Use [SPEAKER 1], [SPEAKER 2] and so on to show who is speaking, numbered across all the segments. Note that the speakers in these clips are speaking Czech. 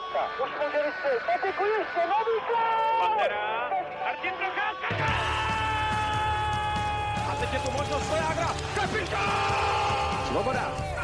[SPEAKER 1] Už může vystřelit, Patiku ještě, nový gól!
[SPEAKER 2] Pantera, Martin Procházka! A teď je tu možnost Svojágra, kapitán! Svoboda!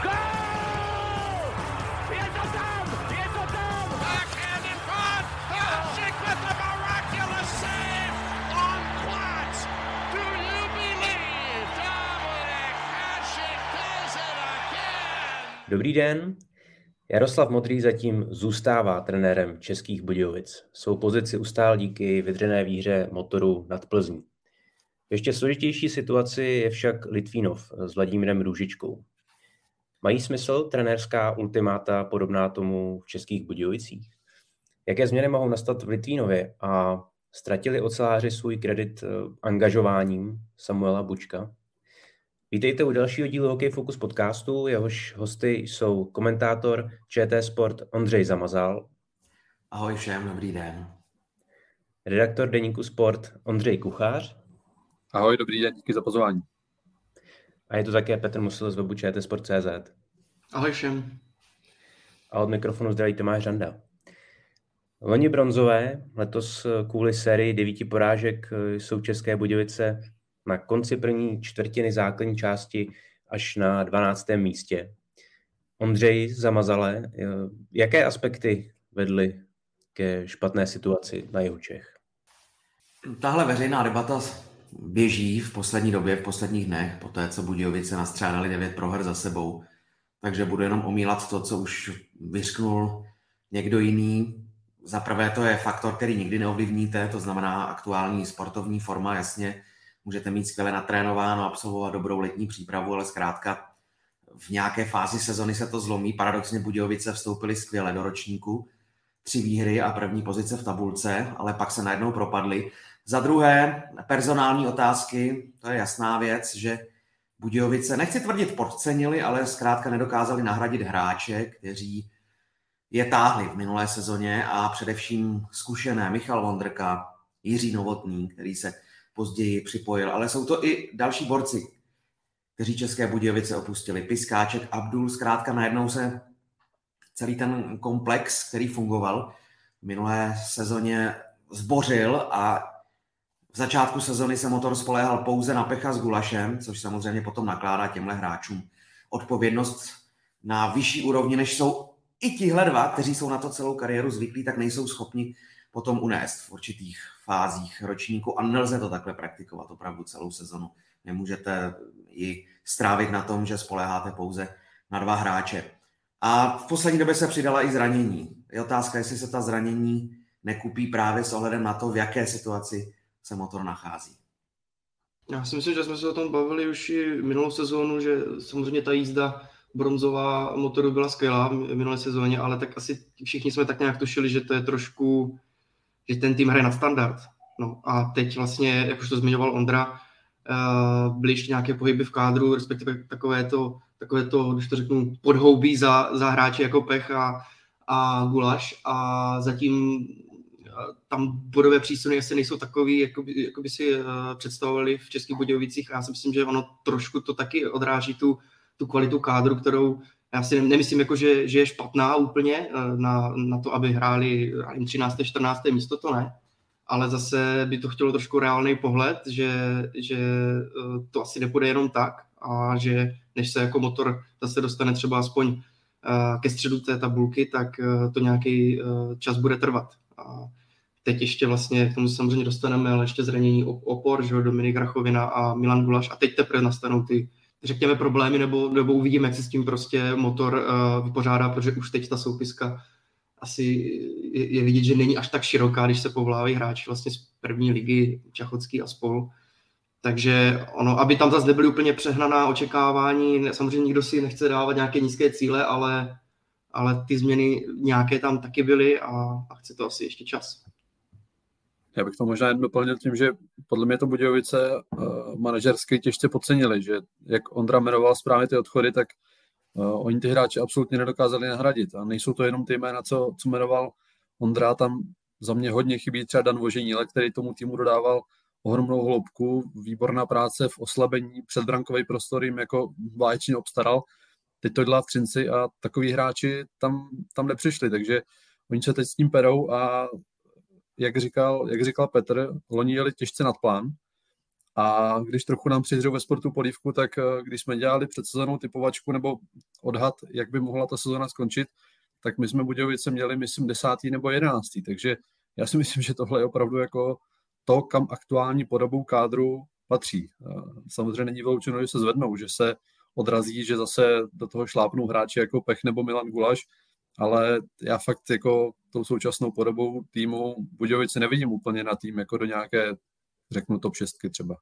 [SPEAKER 2] Gól! Je to tam! Je to tam! Backhand in front! Hasek with the miraculous save on Platz! Do you believe Dominik Hasek does it again?
[SPEAKER 3] Dobrý den. Jaroslav Modrý zatím zůstává trenérem Českých Budějovic. Svou pozici ustál díky vydřené výhře Motoru nad Plzní. V ještě složitější situaci je však Litvínov s Vladimírem Růžičkou. Mají smysl trenérská ultimáta podobná tomu v Českých Budějovicích? Jaké změny mohou nastat v Litvínově a ztratili oceláři svůj kredit angažováním Samuela Bučka? Vítejte u dalšího dílu Hokej Focus podcastu, jehož hosty jsou komentátor ČT Sport Ondřej Zamazal.
[SPEAKER 4] Ahoj všem, dobrý den.
[SPEAKER 3] Redaktor deníku Sport Ondřej Kuchař.
[SPEAKER 5] Ahoj, dobrý den, díky za pozvání.
[SPEAKER 3] A je tu také Petr Musil z webu čtsport.cz.
[SPEAKER 6] Ahoj všem.
[SPEAKER 3] A od mikrofonu zdraví Tomáš Řanda. Loni bronzové, letos kvůli sérii 9 porážek jsou České Budějovice na konci první čtvrtiny základní části až na 12. místě. Ondřej Zamazale, jaké aspekty vedly ke špatné situaci na jihu Čech?
[SPEAKER 4] Tahle veřejná debata běží v poslední době, v posledních dnech, po té, co Budějovice nastřádali 9 proher za sebou. Takže budu jenom omílat to, co už vyřknul někdo jiný. Za prvé to je faktor, který nikdy neovlivníte, to znamená aktuální sportovní forma, jasně. Můžete mít skvěle natrénováno, absolvovat dobrou letní přípravu, ale zkrátka v nějaké fázi sezony se to zlomí. Paradoxně Budějovice vstoupily skvěle do ročníku. 3 výhry a první pozice v tabulce, ale pak se najednou propadly. Za druhé, personální otázky, to je jasná věc, že Budějovice, nechci tvrdit podcenili, ale zkrátka nedokázali nahradit hráče, kteří je táhli v minulé sezóně a především zkušené Michal Vondrka, Jiří Novotný, který se později připojil, ale jsou to i další borci, kteří České Budějovice opustili. Piskáček, Abdul, zkrátka najednou se celý ten komplex, který fungoval v minulé sezóně, zbořil a v začátku sezony se Motor spoléhal pouze na Pecha s Gulašem, což samozřejmě potom nakládá těmhle hráčům odpovědnost na vyšší úrovni, než jsou i tihle dva, kteří jsou na to celou kariéru zvyklí, tak nejsou schopni potom unést v určitých fázích ročníku a nelze to takhle praktikovat opravdu celou sezonu. Nemůžete ji strávit na tom, že spoléháte pouze na 2 hráče. A v poslední době se přidala i zranění. Je otázka, jestli se ta zranění nekupí právě s ohledem na to, v jaké situaci se Motor nachází.
[SPEAKER 6] Já si myslím, že jsme se o tom bavili už i minulou sezónu, že samozřejmě ta jízda bronzová Motoru byla skvělá v minulé sezóně, ale tak asi všichni jsme tak nějak tušili, že to je trošku, že ten tým hraje na standard. No a teď vlastně, jak už to zmiňoval Ondra, byly ještě nějaké pohyby v kádru, respektive takové to, když to řeknu, podhoubí za hráče jako Pech a Gulaš a zatím tam bodové přísuny asi nejsou takový, jako by si představovali v Českých Budějovicích. Já si myslím, že ono trošku to taky odráží tu kvalitu kádru, kterou já si nemyslím, jako, že je špatná úplně na to, aby hráli 13. 14. místo, to ne. Ale zase by to chtělo trošku reálný pohled, že to asi nepůjde jenom tak a že než se jako Motor zase dostane třeba aspoň ke středu té tabulky, tak to nějaký čas bude trvat. A teď ještě vlastně, k tomu samozřejmě dostaneme, ale ještě zranění opor, že Dominik Rachovina a Milan Gulaš a teď teprve nastanou ty, řekněme, problémy, nebo uvidíme, jak se s tím prostě Motor vypořádá, protože už teď ta soupiska asi je vidět, že není až tak široká, když se povlávají hráči vlastně z první ligy, Čachocký a spol. Takže ono, aby tam zase nebyly úplně přehnaná očekávání, samozřejmě nikdo si nechce dávat nějaké nízké cíle, ale ty změny nějaké tam taky byly a chce to asi ještě čas.
[SPEAKER 5] Já bych to možná jen doplnil tím, že podle mě to Budějovice manažersky těžce podcenili, že jak Ondra jmenoval správně ty odchody, tak oni ty hráče absolutně nedokázali nahradit. A nejsou to jenom ty jména, co jmenoval Ondra, tam za mě hodně chybí třeba Dan Voženílek, který tomu týmu dodával ohromnou hloubku, výborná práce v oslabení, předbrankový prostor jim jako báječně obstaral. Teď to dělá v Třinci a takový hráči tam nepřišli, takže oni se teď s tím perou a jak říkal Petr, loni jeli těžce nad plán a když trochu nám přidřou ve sportu polívku, tak když jsme dělali před sezónou typovačku nebo odhad, jak by mohla ta sezóna skončit, tak my jsme Budějovice měli, myslím, 10. nebo 11. Takže já si myslím, že tohle je opravdu jako to, kam aktuální podobou kádru patří. Samozřejmě není vyloučeno, že se zvednou, že se odrazí, že zase do toho šlápnou hráči jako Pech nebo Milan Gulaš, ale já fakt jako tou současnou podobou týmu Budějovice nevidím úplně na tým jako do nějaké, řeknu, top 6 třeba.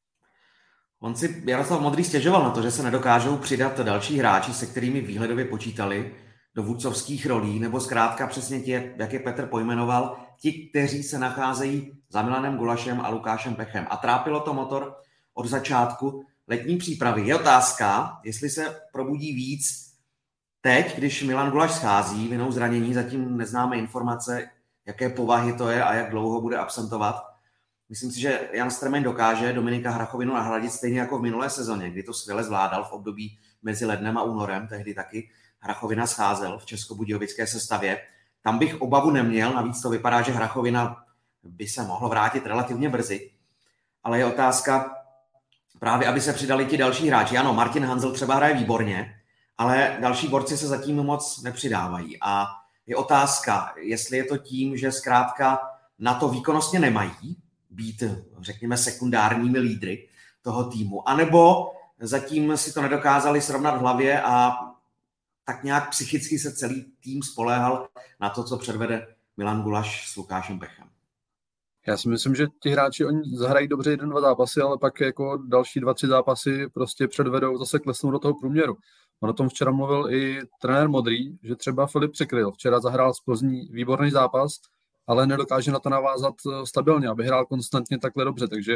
[SPEAKER 4] On si Jaroslav Modrý stěžoval na to, že se nedokážou přidat další hráči, se kterými výhledově počítali do vůdcovských rolí, nebo zkrátka přesně ti, jak je Petr pojmenoval, ti, kteří se nacházejí za Milanem Gulašem a Lukášem Pechem. A trápilo to Motor od začátku letní přípravy. Je otázka, jestli se probudí víc teď, když Milan Gulaš schází vinou zranění, zatím neznáme informace, jaké povahy to je a jak dlouho bude absentovat. Myslím si, že Jan Strmeň dokáže Dominika Hrachovinu nahradit stejně jako v minulé sezóně, kdy to skvěle zvládal v období mezi lednem a únorem, tehdy taky Hrachovina scházel v českobudějovické sestavě. Tam bych obavu neměl, navíc to vypadá, že Hrachovina by se mohlo vrátit relativně brzy. Ale je otázka právě, aby se přidali ti další hráči. Ano, Martin Hanzel třeba hraje výborně, ale další borci se zatím moc nepřidávají. A je otázka, jestli je to tím, že zkrátka na to výkonnostně nemají být, řekněme, sekundárními lídry toho týmu, anebo zatím si to nedokázali srovnat v hlavě a tak nějak psychicky se celý tým spoléhal na to, co předvede Milan Gulaš s Lukášem Pechem.
[SPEAKER 5] Já si myslím, že ti hráči, oni zahrají dobře 1-2 zápasy, ale pak jako další 2-3 zápasy prostě předvedou, zase klesnou do toho průměru. On o tom včera mluvil i trenér Modrý, že třeba Filip Přikryl včera zahrál z Plzní výborný zápas, ale nedokáže na to navázat stabilně, aby hrál konstantně takhle dobře, takže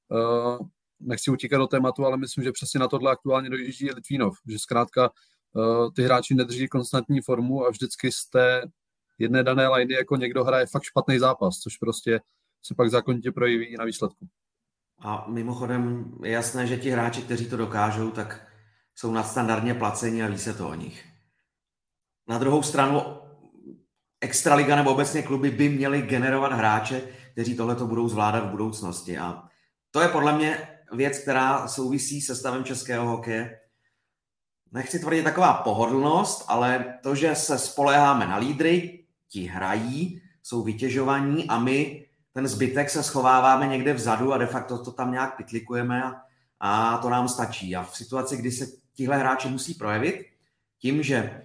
[SPEAKER 5] nechci utíkat do tématu, ale myslím, že přesně na tohle aktuálně dojíždí Litvínov, že zkrátka ty hráči nedrží konstantní formu a vždycky z té jedné dané liney jako někdo hraje fakt špatný zápas, což prostě se pak zákonitě projeví na výsledku.
[SPEAKER 4] A mimochodem je jasné, že ti hráči, kteří to dokážou, tak jsou nadstandardně placeni a ví se to o nich. Na druhou stranu extraliga nebo obecně kluby by měly generovat hráče, kteří tohleto budou zvládat v budoucnosti. A to je podle mě věc, která souvisí se stavem českého hokeje. Nechci tvrdit taková pohodlnost, ale to, že se spoléháme na lídry, ti hrají, jsou vytěžovaní a my ten zbytek se schováváme někde vzadu a de facto to tam nějak pitlikujeme a to nám stačí. A v situaci, kdy se tihle hráči musí projevit, tím, že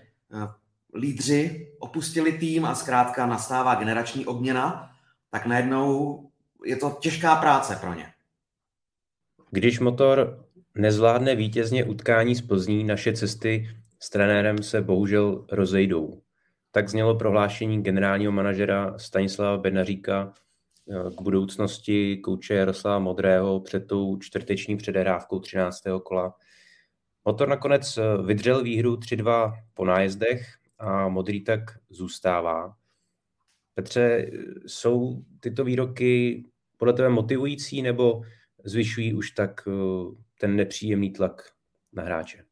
[SPEAKER 4] lídři opustili tým a zkrátka nastává generační obměna, tak najednou je to těžká práce pro ně.
[SPEAKER 3] Když Motor nezvládne vítězně utkání z Plzní, naše cesty s trenérem se bohužel rozejdou. Tak znělo prohlášení generálního manažera Stanislava Bednaříka k budoucnosti kouče Jaroslava Modrého před tou čtvrteční předehrávkou 13. kola. Motor nakonec vydřel výhru 3-2 po nájezdech a Modrý tak zůstává. Petře, jsou tyto výroky podle tebe motivující nebo zvyšují už tak ten nepříjemný tlak na hráče?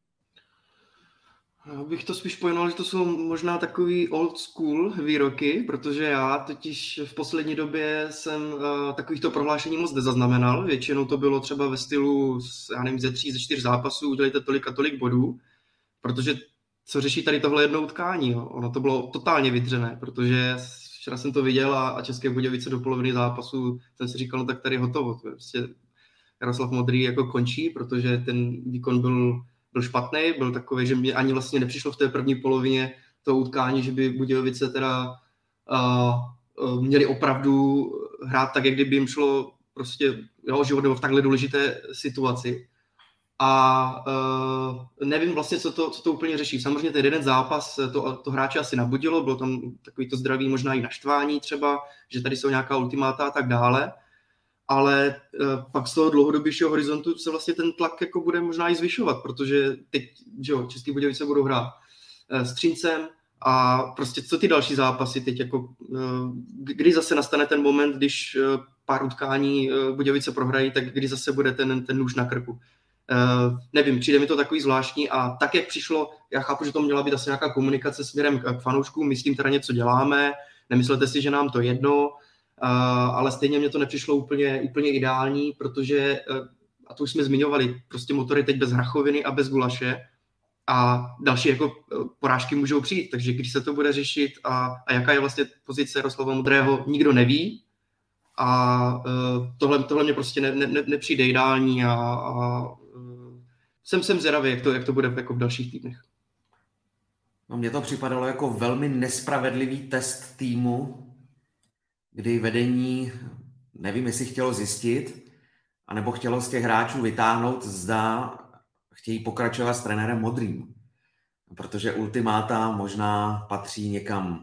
[SPEAKER 6] Já bych to spíš pojmenoval, že to jsou možná takový old school výroky, protože já totiž v poslední době jsem takovýchto prohlášení moc nezaznamenal. Většinou to bylo třeba ve stylu, já nevím, ze 3, ze 4 zápasů udělejte tolik a tolik bodů, protože co řeší tady tohle jedno utkání, jo? Ono to bylo totálně vydřené, protože včera jsem to viděl a České Budějovice do poloviny zápasu jsem si říkal, no tak tady hotovo. Prostě Jaroslav Modrý jako končí, protože ten výkon byl špatný, byl takový, že mě ani vlastně nepřišlo v té první polovině toho utkání, že by Budějovice teda měli opravdu hrát tak, jak kdyby jim šlo prostě o život nebo v takhle důležité situaci. A nevím vlastně, co to úplně řeší. Samozřejmě ten jeden zápas to hráče asi nabudilo, bylo tam takový to zdraví, možná i naštvání třeba, že tady jsou nějaká ultimáta a tak dále. Ale pak z toho dlouhodobějšího horizontu se vlastně ten tlak jako bude možná i zvyšovat, protože teď, že jo, České Budějovice budou hrát s Třincem a prostě co ty další zápasy teď jako, kdy zase nastane ten moment, když pár utkání Budějovice prohrají, tak kdy zase bude ten nůž na krku. Nevím, přijde mi to takový zvláštní a tak, jak přišlo, já chápu, že to měla být asi nějaká komunikace směrem k fanouškům, my s tím teda něco děláme, Nemyslete si, že nám to jedno, ale stejně mě to nepřišlo úplně ideální, protože, a to už jsme zmiňovali, prostě motory teď bez Hrachoviny a bez Gulaše a další jako porážky můžou přijít, takže když se to bude řešit a jaká je vlastně pozice Jaroslava Modrého, nikdo neví a tohle mě prostě nepřijde ideální a jsem zvědavý, jak to bude jako v dalších týdnech.
[SPEAKER 4] No, mně to připadalo jako velmi nespravedlivý test týmu, kdy vedení, nevím, jestli chtělo zjistit, anebo chtělo z těch hráčů vytáhnout, zda chtějí pokračovat s trenérem Modrým. Protože ultimáta možná patří někam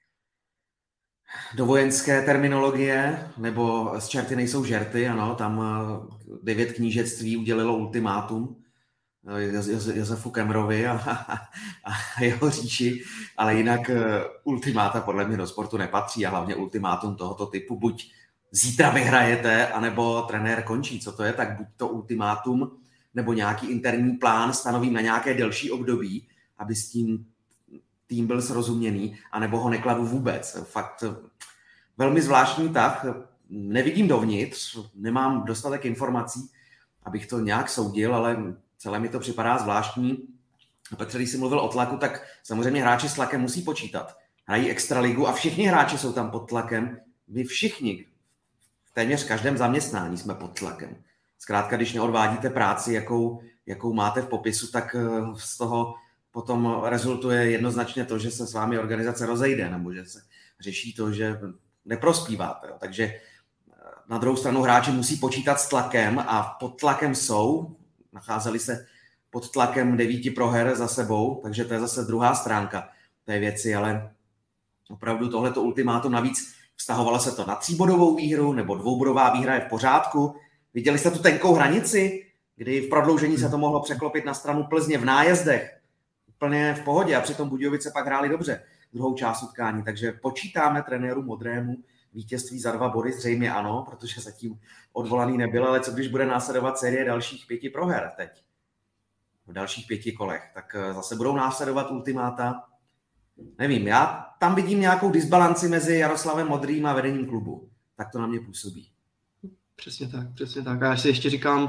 [SPEAKER 4] do vojenské terminologie, nebo z čerty nejsou žerty, ano, tam 9 knížectví udělilo ultimátum Josefu Kemmerovi a jeho říši, ale jinak ultimáta podle mě do sportu nepatří a hlavně ultimátum tohoto typu, buď zítra vyhrajete, anebo trenér končí. Co to je? Tak buď to ultimátum, nebo nějaký interní plán stanovím na nějaké delší období, aby s tím tým byl srozuměný, anebo ho nekladu vůbec. Fakt velmi zvláštní tah. Nevidím dovnitř, nemám dostatek informací, abych to nějak soudil, ale celé mi to připadá zvláštní. Petře, když jsi mluvil o tlaku, tak samozřejmě hráči s tlakem musí počítat. Hrají extraligu a všichni hráči jsou tam pod tlakem. Vy všichni, v téměř každém zaměstnání jsme pod tlakem. Zkrátka, když neodvádíte práci, jakou máte v popisu, tak z toho potom rezultuje jednoznačně to, že se s vámi organizace rozejde, nebo že se řeší to, že neprospíváte. Takže na druhou stranu hráči musí počítat s tlakem a pod tlakem jsou, nacházeli se pod tlakem 9 proher za sebou, takže to je zase druhá stránka té věci, ale opravdu tohleto ultimátum, navíc vztahovalo se to na 3bodovou výhru, nebo 2bodová výhra je v pořádku. Viděli jste tu tenkou hranici, kdy v prodloužení se to mohlo překlopit na stranu Plzně v nájezdech. Úplně v pohodě a přitom Budějovice pak hráli dobře druhou část utkání, takže počítáme trenéru Modrému vítězství za 2 body, zřejmě ano, protože zatím odvolaný nebyl, ale co když bude následovat série dalších 5 proher teď v dalších 5 kolech, tak zase budou následovat ultimáta. Nevím, já tam vidím nějakou disbalanci mezi Jaroslavem Modrým a vedením klubu. Tak to na mě působí.
[SPEAKER 6] Přesně tak. A já si ještě říkám,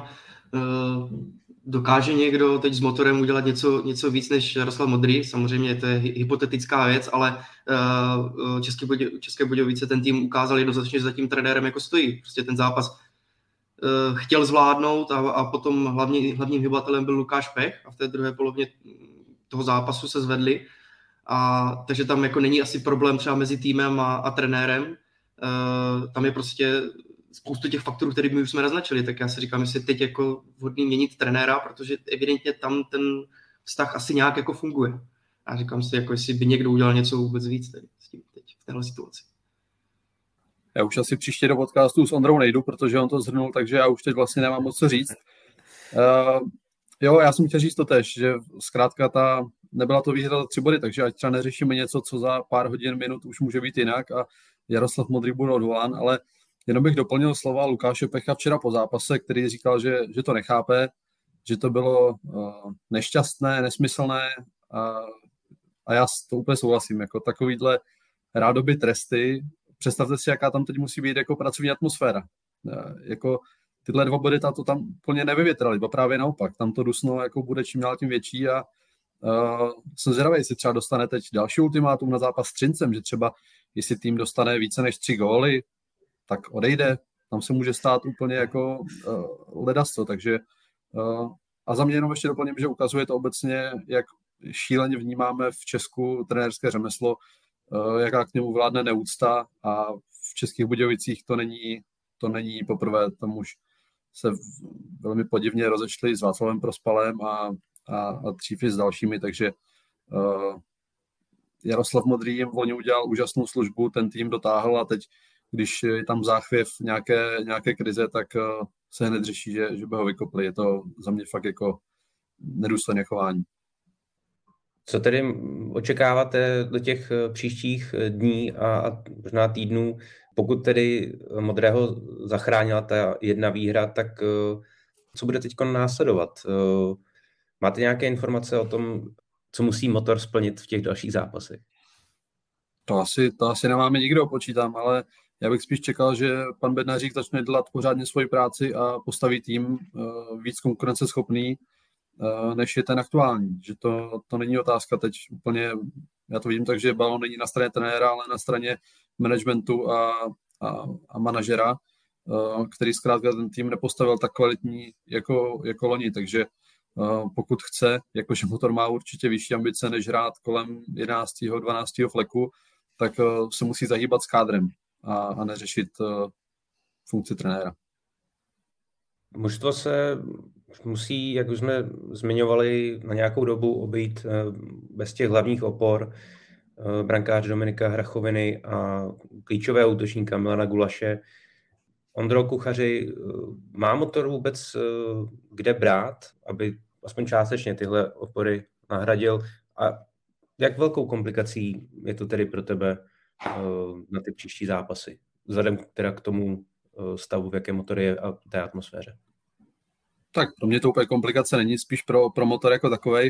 [SPEAKER 6] dokáže někdo teď s motorem udělat něco víc než Jaroslav Modrý? Samozřejmě to je hypotetická věc, ale České Budějovice ten tým ukázal jednoznačně, že za tím trenérem jako stojí. Prostě ten zápas chtěl zvládnout a potom hlavním hybatelem byl Lukáš Pech a v té druhé polovině toho zápasu se zvedli. Takže tam jako není asi problém třeba mezi týmem a trenérem. Tam je prostě spoustu těch faktorů, které my už jsme naznačili, tak já si říkám, jestli teď jako vhodný měnit trenéra, protože evidentně tam ten vztah asi nějak jako funguje. A říkám si, jako jestli by někdo udělal něco vůbec víc tady s tím teď v téhle situaci.
[SPEAKER 5] Já už asi příště do podcastu s Ondrou nejdu, protože on to zhrnul, takže já už teď vlastně nemám moc co říct. Jo, já jsem chtěl říct to tež, že zkrátka nebyla to výhra za 3 body, takže ať třeba neřešíme něco, co za pár hodin, minut už může být jinak a Jaroslav Modrý bude odvolán, ale jenom bych doplnil slova Lukáše Pecha včera po zápase, který říkal, že to nechápe, že to bylo nešťastné, nesmyslné a já to úplně souhlasím. Jako takovýhle rádoby tresty, představte si, jaká tam teď musí být jako pracovní atmosféra. Jako tyhle 2 body to tam plně nevyvětrali, bo právě naopak. Tam to dusno jako bude čím dál tím větší a jsem zvědavý, jestli třeba dostane teď další ultimátum na zápas s Třincem, že třeba jestli tým dostane více než 3 góly, tak odejde. Tam se může stát úplně jako ledasco, takže a za mě jenom ještě doplním, že ukazuje to obecně, jak šíleně vnímáme v Česku trenérské řemeslo, jaká k němu vládne neúcta a v Českých Budějovicích to není poprvé, tam už se velmi podivně rozešli s Václavem Prospalem a Třífy s dalšími, takže Jaroslav Modrý jim volně udělal úžasnou službu, ten tým dotáhl a teď, když je tam záchvěv nějaké krize, tak se hned řeší, že by ho vykopli. Je to za mě fakt jako nedůstojné chování.
[SPEAKER 3] Co tedy očekáváte do těch příštích dní a možná týdnů, pokud tedy Modrého zachránila ta 1 výhra, tak co bude teď následovat? Máte nějaké informace o tom, co musí Motor splnit v těch dalších zápasech?
[SPEAKER 5] To asi nemáme nikdo, počítám, ale já bych spíš čekal, že pan Bednařík začne dělat pořádně svoji práci a postaví tým víc konkurenceschopný, než je ten aktuální. Že to není otázka teď úplně, já to vidím tak, že balon není na straně trenéra, ale na straně managementu a manažera, který zkrátka ten tým nepostavil tak kvalitní jako loni, takže pokud chce, jakože Motor má určitě vyšší ambice, než hrát kolem 11. 12. fleku, tak se musí zahýbat s kádrem a neřešit funkci trenéra.
[SPEAKER 3] Mužstvo se musí, jak už jsme zmiňovali, na nějakou dobu obejít bez těch hlavních opor, brankáře Dominika Hrachoviny a klíčového útočníka Milana Gulaše. Ondro Kuchaři, má Motor vůbec kde brát, aby aspoň částečně tyhle opory nahradil? A jak velkou komplikací je to tedy pro tebe na ty příští zápasy? Vzhledem teda k tomu stavu, v jakém Motor je a té atmosféře.
[SPEAKER 5] Tak pro mě to úplně komplikace není, spíš pro Motor jako takovej.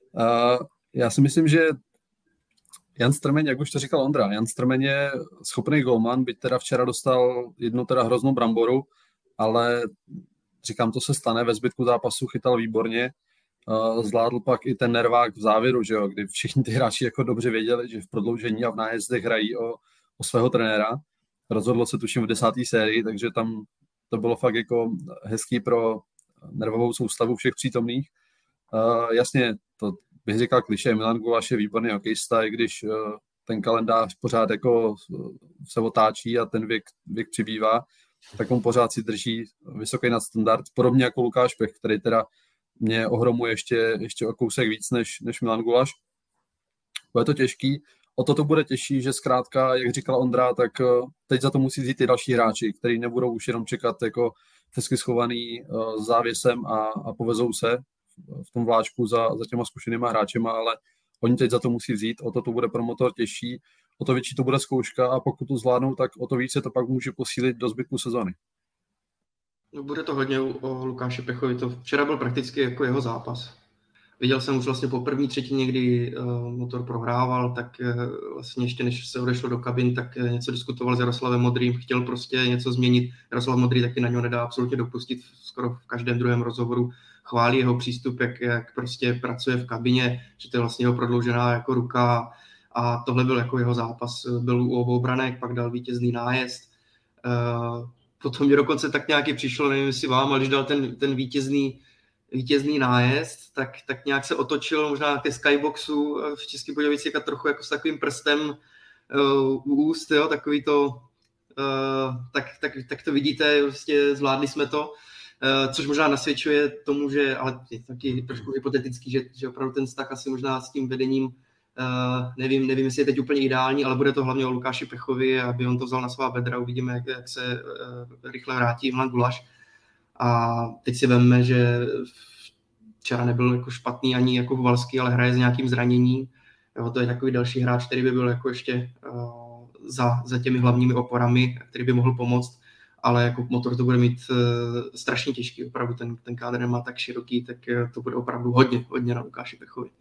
[SPEAKER 5] Já si myslím, že Jan Strmeň, jak už to říkal Ondra, Jan Strmeň je schopný golman, byť teda včera dostal jednu teda hroznou bramboru, ale říkám, to se stane, ve zbytku zápasu chytal výborně, zvládl pak i ten nervák v závěru, že jo, kdy všichni ty hráči jako dobře věděli, že v prodloužení a v nájezdech hrají o svého trenéra. Rozhodlo se tuším v 10. sérii, takže tam to bylo fakt jako hezký pro nervovou soustavu všech přítomných. Jasně, to bych říkal klišé, Milan Gulaš je výborný hokejista, i když ten kalendář pořád jako se otáčí a ten věk přibývá, tak on pořád si drží vysoký nadstandard, podobně jako Lukáš Pech, který teda mě ohromuje ještě o kousek víc než Milan Gulaš. Bude to těžký, o to bude těžší, že zkrátka, jak říkal Ondra, tak teď za to musí jít i další hráči, kteří nebudou už jenom čekat jako hezky schovaný závěsem a povezou se v tom vláčku za těma zkušenýma hráčema, ale oni teď za to musí vzít, o to bude pro Motor těžší, o to větší to bude zkouška a pokud to zvládnou, tak o to více to pak může posílit do zbytku sezony.
[SPEAKER 6] No, bude to hodně o Lukáši Pechovi, to včera byl prakticky jako jeho zápas. Viděl jsem už vlastně po první třetině, kdy Motor prohrával, tak vlastně ještě než se odešlo do kabin, tak něco diskutoval s Jaroslavem Modrým, chtěl prostě něco změnit. Jaroslav Modrý taky na něho nedá absolutně dopustit, skoro v každém druhém rozhovoru chválí jeho přístup, jak prostě pracuje v kabině, že to je vlastně jeho prodloužená jako ruka a tohle byl jako jeho zápas. Byl u obou branek, pak dal vítězný nájezd. Potom mě dokonce tak nějaký přišlo, nevím jestli vám, ale když dal ten vítězný nájezd, tak nějak se otočil možná na té skyboxu v Českých Budějovicích a trochu jako s takovým prstem u úst, jo, takový to, tak to vidíte, vlastně zvládli jsme to, což možná nasvědčuje tomu, že, ale je taky trošku hypotetický, že opravdu ten vztah asi možná s tím vedením, nevím, jestli je teď úplně ideální, ale bude to hlavně o Lukáši Pechovi, aby on to vzal na svá bedra, uvidíme, jak se rychle vrátí Milan Gulaš. A teď si veme, že včera nebyl jako špatný ani jako Valský, ale hraje s nějakým zraněním. Jo, to je takový další hráč, který by byl jako ještě za těmi hlavními oporami, který by mohl pomoct, ale jako Motor to bude mít strašně těžký. Opravdu ten kádr nemá tak široký, tak to bude opravdu hodně na Lukáši Pechovi.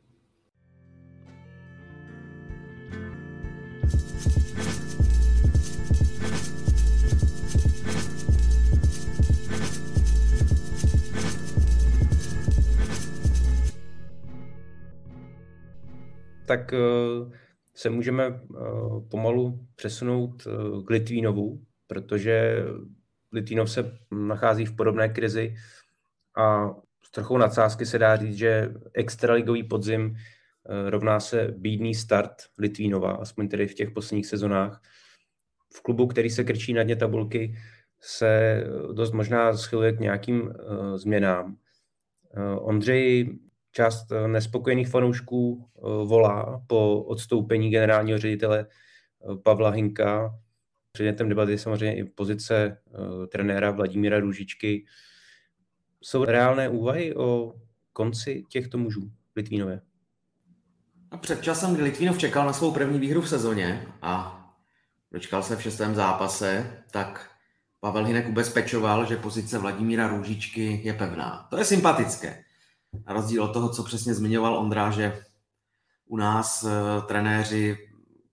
[SPEAKER 3] Tak se můžeme pomalu přesunout k Litvínovu, protože Litvínov se nachází v podobné krizi a s trochou nadsázky se dá říct, že extraligový podzim rovná se bídný start Litvínova, aspoň tedy v těch posledních sezonách. V klubu, který se krčí na dně tabulky, se dost možná schyluje k nějakým změnám. Ondřej, část nespokojených fanoušků volá po odstoupení generálního ředitele Pavla Hynka. Předmětem debaty je samozřejmě i pozice trenéra Vladimíra Růžičky. Jsou reálné úvahy o konci těchto mužů v Litvínově?
[SPEAKER 4] No, před časem, kdy Litvínov čekal na svou první výhru v sezóně a dočkal se v 6. zápase, tak Pavel Hynek ubezpečoval, že pozice Vladimíra Růžičky je pevná. To je sympatické. Na rozdíl od toho, co přesně zmiňoval Ondra, že u nás trenéři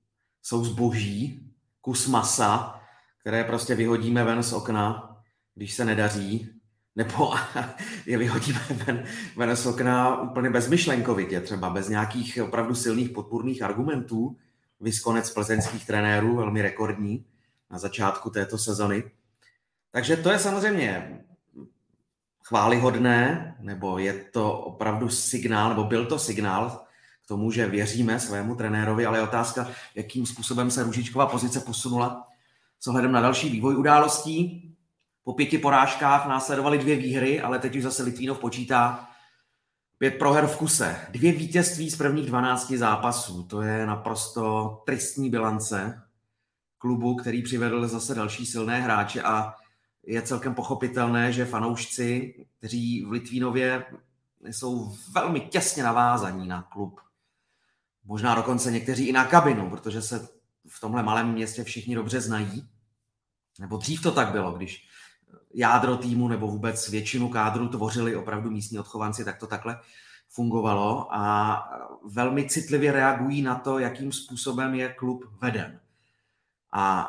[SPEAKER 4] jsou zboží, kus masa, které prostě vyhodíme ven z okna, když se nedaří, nebo je vyhodíme ven z okna úplně bezmyšlenkovitě, třeba bez nějakých opravdu silných podpůrných argumentů. Viz konec plzeňských trenérů, velmi rekordní na začátku této sezony. Takže to je samozřejmě chválihodné, nebo je to opravdu signál, nebo byl to signál k tomu, že věříme svému trenérovi, ale je otázka, jakým způsobem se Růžičkova pozice posunula s ohledem na další vývoj událostí. Po 5 porážkách následovaly 2 výhry, ale teď už zase Litvínov počítá 5 proher v kuse. 2 vítězství z prvních 12 zápasů. To je naprosto tristní bilance klubu, který přivedl zase další silné hráče a je celkem pochopitelné, že fanoušci, kteří v Litvínově jsou velmi těsně navázaní na klub, možná dokonce někteří i na kabinu, protože se v tomhle malém městě všichni dobře znají. Nebo dřív to tak bylo, když jádro týmu nebo vůbec většinu kádru tvořili opravdu místní odchovanci, tak to takhle fungovalo a velmi citlivě reagují na to, jakým způsobem je klub veden. A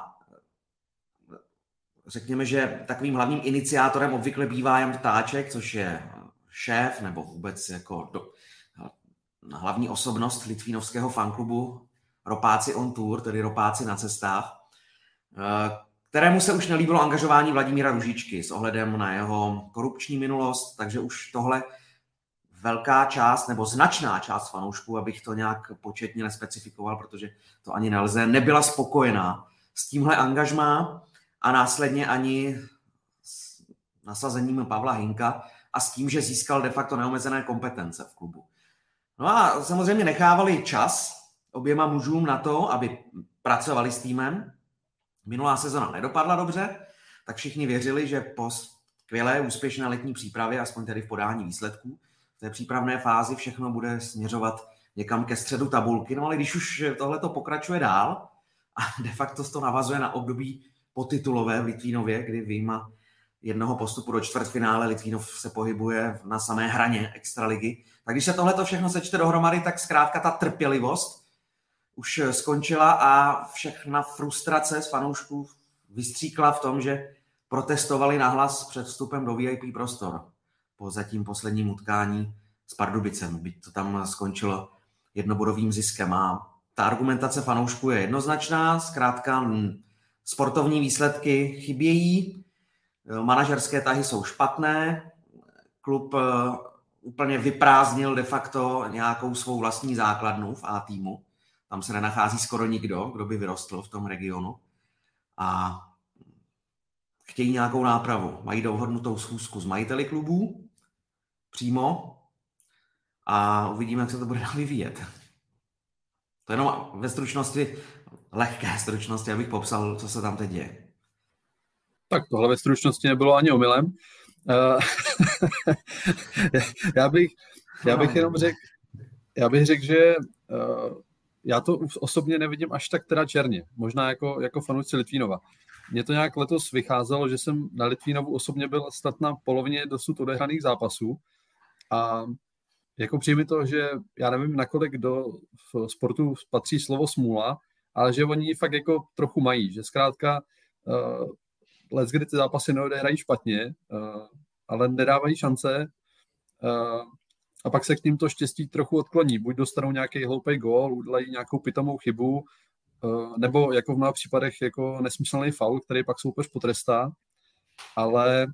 [SPEAKER 4] řekněme, že takovým hlavním iniciátorem obvykle bývá Jan Ptáček, což je šéf nebo vůbec jako hlavní osobnost litvínovského fanklubu Ropáci on tour, tedy Ropáci na cestách, kterému se už nelíbilo angažování Vladimíra Růžičky s ohledem na jeho korupční minulost, takže už tohle velká část nebo značná část fanoušků, abych to nějak početně nespecifikoval, protože to ani nelze, nebyla spokojená s tímhle angažmá a následně ani s nasazením Pavla Hynka a s tím, že získal de facto neomezené kompetence v klubu. No a samozřejmě nechávali čas oběma mužům na to, aby pracovali s týmem. Minulá sezona nedopadla dobře, tak všichni věřili, že po skvělé úspěšné letní přípravě, aspoň tedy v podání výsledků, v té přípravné fázi všechno bude směřovat někam ke středu tabulky. No ale když už tohleto pokračuje dál a de facto to navazuje na období potitulové v Litvínově, kdy vyjma jednoho postupu do čtvrtfinále Litvínov se pohybuje na samé hraně extraligy, tak když se tohleto všechno sečte dohromady, tak zkrátka ta trpělivost už skončila a všechna frustrace z fanoušků vystříkla v tom, že protestovali nahlas před vstupem do VIP prostor po zatím posledním utkání s Pardubicem, byť to tam skončilo jednobodovým ziskem. A ta argumentace fanoušků je jednoznačná, zkrátka sportovní výsledky chybějí, manažerské tahy jsou špatné, klub úplně vyprázdnil de facto nějakou svou vlastní základnu v A týmu. Tam se nenachází skoro nikdo, kdo by vyrostl v tom regionu. A chtějí nějakou nápravu. Mají dohodnutou schůzku s majiteli klubů přímo a uvidíme, jak se to bude vyvíjet. To je jenom ve stručnosti, lehké stručnosti, abych popsal, co se tam teď děje.
[SPEAKER 5] Tak tohle ve stručnosti nebylo ani omylem. Já bych jenom řekl, že já to osobně nevidím až tak teda černě. Možná jako fanoušci Litvínova. Mně to nějak letos vycházelo, že jsem na Litvínovu osobně byl snad na polovině dosud odehraných zápasů a jako přijmi to, že já nevím, nakolik do sportu patří slovo smůla, ale že oni fakt jako trochu mají, že zkrátka leckdy ty zápasy neodehrají špatně, ale nedávají šance a pak se k ním to štěstí trochu odkloní. Buď dostanou nějaký hloupý gól, udělají nějakou pitomou chybu, nebo jako v mnoha případech jako nesmyslný faul, který pak soupeř potrestá, ale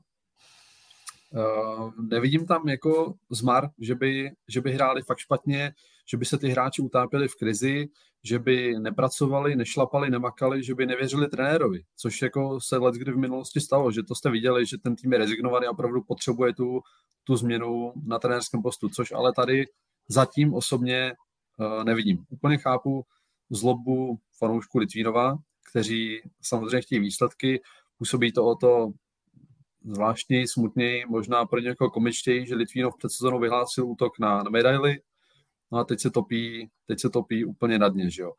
[SPEAKER 5] nevidím tam jako zmar, že by hráli fakt špatně, že by se ty hráči utápěli v krizi, že by nepracovali, nešlapali, nemakali, že by nevěřili trenérovi, což jako se leckdy v minulosti stalo, že to jste viděli, že ten tým je rezignovaný a opravdu potřebuje tu změnu na trenérském postu, což ale tady zatím osobně nevidím. Úplně chápu zlobu fanoušků Litvínova, kteří samozřejmě chtějí výsledky, působí to o to zvláštněji, smutněji, možná pro někoho komičtěji, že Litvínov před sezónou vyhlásil útok na medaily, no a teď se topí úplně na dně, že jo.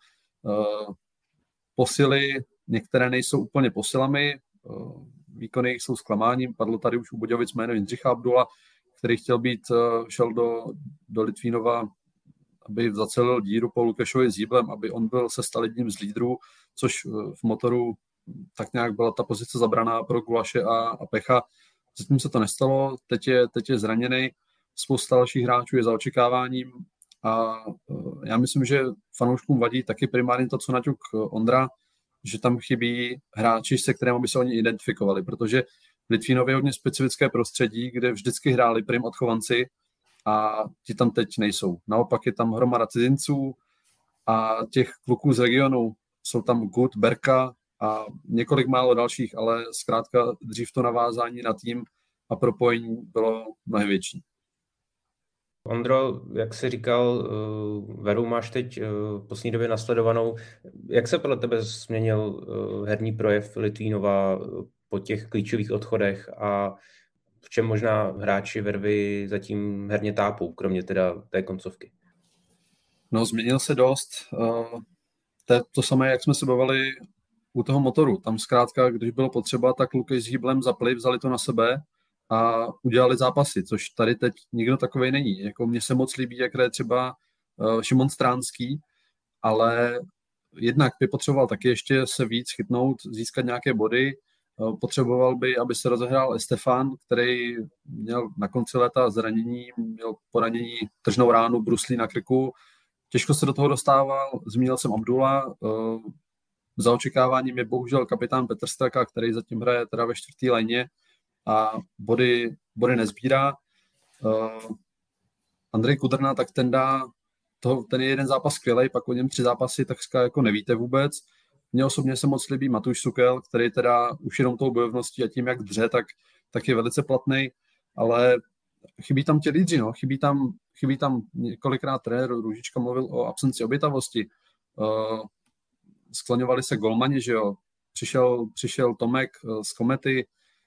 [SPEAKER 5] Posily, některé nejsou úplně posilami, výkony jsou zklamáním, padlo tady už u Budějovic jméno Jindřicha Abdula, který šel do Litvínova aby zacelil díru po Lukešovi s Hýblem, aby on byl se stal jedním z lídrů, což v Motoru tak nějak byla ta pozice zabraná pro Gulaše a Pecha. Zatím se to nestalo, teď je zraněný, spousta dalších hráčů je za očekáváním a já myslím, že fanouškům vadí taky primárně to, co naťuk Ondra, že tam chybí hráči, se kterými by se oni identifikovali, protože v Litvínově je hodně specifické prostředí, kde vždycky hráli prim odchovanci a ti tam teď nejsou. Naopak je tam hromada cizinců a těch kluků z regionu jsou tam Gut, Berka a několik málo dalších, ale zkrátka dřív to navázání na tým a propojení bylo mnohem větší.
[SPEAKER 3] Ondro, jak jsi říkal, Veru máš teď v poslední době nasledovanou. Jak se podle tebe změnil herní projev Litvínova po těch klíčových odchodech a v čem možná hráči Vervy zatím herně tápou, kromě teda té koncovky?
[SPEAKER 5] No, změnil se dost. To samé, jak jsme se bavili u toho Motoru. Tam zkrátka, když bylo potřeba, tak Lukeš s Hýblem zapli, vzali to na sebe a udělali zápasy, což tady teď nikdo takovej není. Jako mně se moc líbí, jak je třeba Šimon Stránský, ale jednak by potřeboval taky ještě se víc chytnout, získat nějaké body. Potřeboval by, aby se rozehrál Estefan, který měl na konci léta zranění, měl poranění tržnou ránu, bruslí na krku. Těžko se do toho dostával, zmínil jsem Abdula. Za očekáváním je bohužel kapitán Petr Straka, který zatím hraje teda ve 4. lajně a body nezbírá. Andrej Kudrna, tak ten je jeden zápas skvělej, pak o něm 3 zápasy takřka jako nevíte vůbec. Mně osobně se moc líbí Matuš Sukel, který teda už jenom tou bojovností a tím, jak dře, tak je velice platný, ale chybí tam ti lídři, no. Chybí tam několikrát trenér Růžička mluvil o absenci obětavosti. Skloňovali se golmani, že jo. Přišel Tomek z Komety,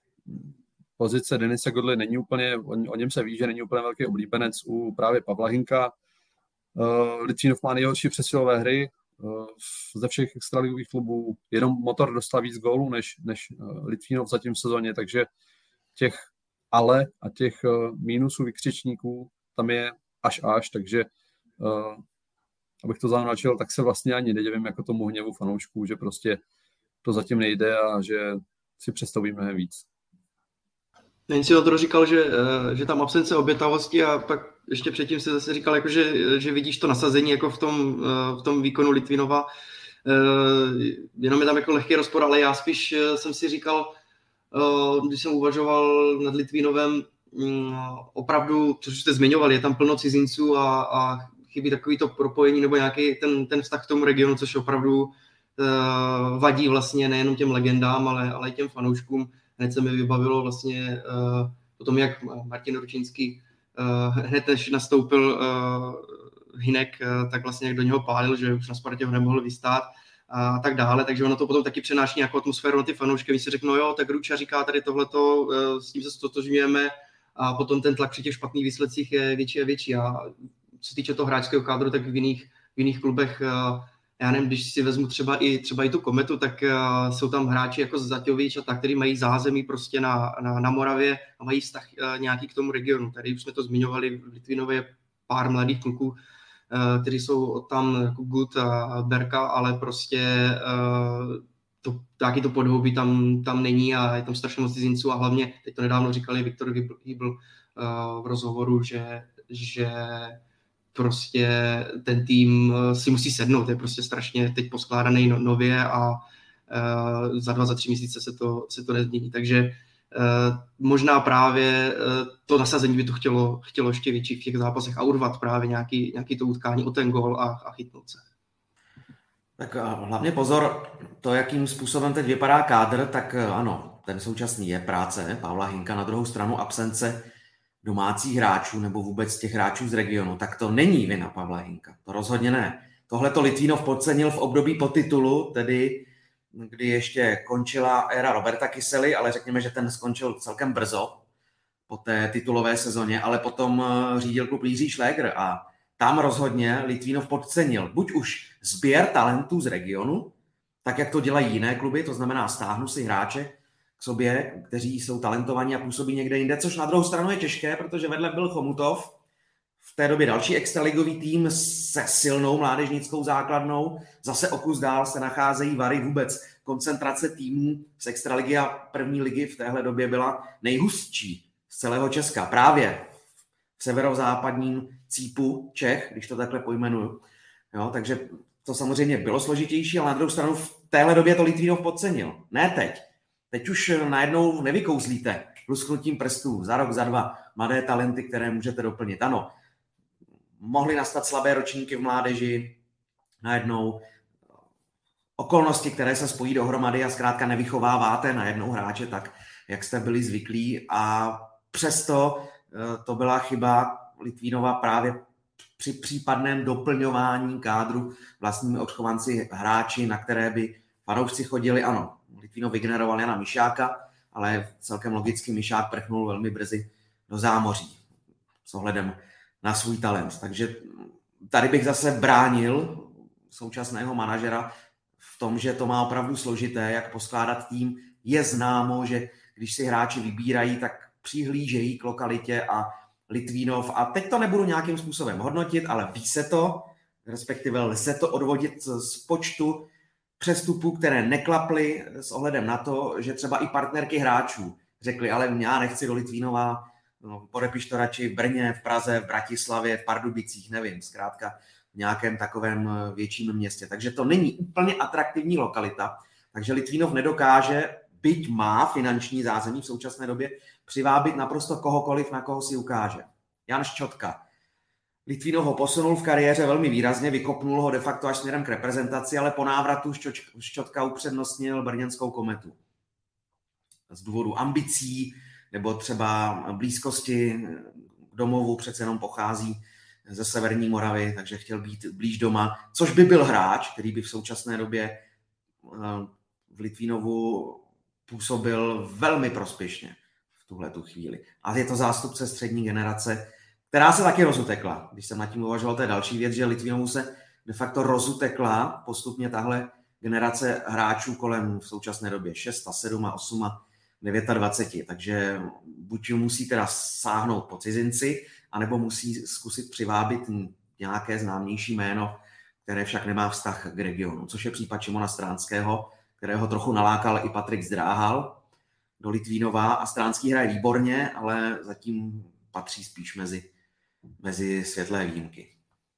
[SPEAKER 5] pozice Denise Godly není úplně, o něm se ví, že není úplně velký oblíbenec u právě Pavla Hinka. Litvínov má nejhorší přesilové hry ze všech extraligových klubů. Jenom Motor dostal víc gólů než Litvínov zatím v sezóně, takže těch ale a těch mínusů vykřičníků tam je až, takže abych to zaznačil, tak se vlastně ani nedivím jako tomu hněvu fanoušků, že prostě to zatím nejde a že si představují mnohem víc.
[SPEAKER 6] Jen si to říkal, že tam absence obětavosti a pak ještě předtím si zase říkal, jako že vidíš to nasazení jako v tom výkonu Litvínova. Jenom je tam jako lehký rozpor, ale já spíš jsem si říkal, když jsem uvažoval nad Litvínovem, opravdu, což jste zmiňovali, je tam plno cizinců a chybí takový to propojení nebo nějaký ten vztah k tomu regionu, což opravdu vadí vlastně nejenom těm legendám, ale i těm fanouškům. Hned se mi vybavilo vlastně potom, jak Martin Ručinský hned než nastoupil Hinek, tak vlastně jak do něho pálil, že už na Spartě ho nemohl vystát a tak dále, takže ono to potom taky přenáší nějakou atmosféru na ty fanoušky, když si řeknou, jo, tak Ruča říká tady tohleto, s tím se stotožňujeme a potom ten tlak při těch špatných výsledcích je větší a větší a co se týče toho hráčského kádru, tak v jiných klubech, já nevím, když si vezmu třeba i tu Kometu, tak jsou tam hráči jako Zaťovič a tak, který mají zázemí prostě na Moravě a mají vztah nějaký k tomu regionu. Tady už jsme to zmiňovali, v Litvínově je pár mladých kluků, kteří jsou tam jako Gut a Berka, ale prostě taky to podhoubí tam není a je tam strašně moc cizinců a hlavně, teď to nedávno říkali Viktor Hýbl v rozhovoru, že prostě ten tým si musí sednout, je prostě strašně teď poskládaný nově a za 2-3 měsíce se to nezmění. Takže možná právě to nasazení by to chtělo ještě větší v těch zápasech a urvat právě nějaký to utkání o ten gól a chytnout se.
[SPEAKER 4] Tak hlavně pozor, to, jakým způsobem teď vypadá kádr, tak ano, ten současný je práce Pavla Hinka, na druhou stranu absence domácích hráčů nebo vůbec těch hráčů z regionu, tak to není vina Pavla Hinka. To rozhodně ne. Tohle to Litvínov podcenil v období po titulu, tedy kdy ještě končila éra Roberta Kysely, ale řekněme, že ten skončil celkem brzo po té titulové sezóně, ale potom řídil klub Jiří Šlégr a tam rozhodně Litvínov podcenil buď už sběr talentů z regionu, tak jak to dělají jiné kluby, to znamená stáhnu si hráče k sobě, kteří jsou talentovaní a působí někde jinde, což na druhou stranu je těžké, protože vedle byl Chomutov v té době další extraligový tým se silnou mládežnickou základnou. Zase o kus dál se nacházejí Vary. Vůbec koncentrace týmů z extraligy a první ligy v téhle době byla nejhustší z celého Česka. Právě v severozápadním cípu Čech, když to takhle pojmenuju. Jo, takže to samozřejmě bylo složitější, ale na druhou stranu v téhle době to Litvínov podcenil. Ne teď. Teď už najednou nevykouzlíte lusknutím prstů za rok, za dva mladé talenty, které můžete doplnit. Ano, mohly nastat slabé ročníky v mládeži, najednou okolnosti, které se spojí dohromady a zkrátka nevychováváte najednou hráče tak, jak jste byli zvyklí, a přesto to byla chyba Litvínova právě při případném doplňování kádru vlastními odchovanci hráči, na které by fanoušci chodili. Ano, Litvínov vygeneroval Jana Mišáka, ale celkem logicky Mišák prchnul velmi brzy do zámoří s ohledem na svůj talent. Takže tady bych zase bránil současného manažera v tom, že to má opravdu složité, jak poskládat tým. Je známo, že když si hráči vybírají, tak přihlížejí k lokalitě a Litvínov, a teď to nebudu nějakým způsobem hodnotit, ale ví se to, respektive lze to odvodit z počtu přestupů, které neklaply s ohledem na to, že třeba i partnerky hráčů řekli, ale já nechci do Litvínova, podepiš to radši v Brně, v Praze, v Bratislavě, v Pardubicích, nevím, zkrátka v nějakém takovém větším městě. Takže to není úplně atraktivní lokalita, takže Litvínov nedokáže, byť má finanční zázemí v současné době, přivábit naprosto kohokoliv, na koho si ukáže. Jan Ščotka. Litvínov ho posunul v kariéře velmi výrazně, vykopnul ho de facto až směrem k reprezentaci, ale po návratu Ščotka upřednostnil brněnskou Kometu. Z důvodu ambicí nebo třeba blízkosti k domovu, přece jenom pochází ze severní Moravy, takže chtěl být blíž doma, což by byl hráč, který by v současné době v Litvínovu působil velmi prospěšně v tuhletu chvíli. A je to zástupce střední generace, která se taky rozutekla. Když jsem nad tím uvažoval, to je další věc, že Litvínovu se de facto rozutekla postupně tahle generace hráčů kolem v současné době 6, 7, 8 a 29. Takže buď musí teda sáhnout po cizinci, anebo musí zkusit přivábit nějaké známější jméno, které však nemá vztah k regionu, což je případ Šimona Stránského, kterého trochu nalákal i Patrik Zdráhal do Litvínova, a Stránský hraje výborně, ale zatím patří spíš mezi světlé výjimky.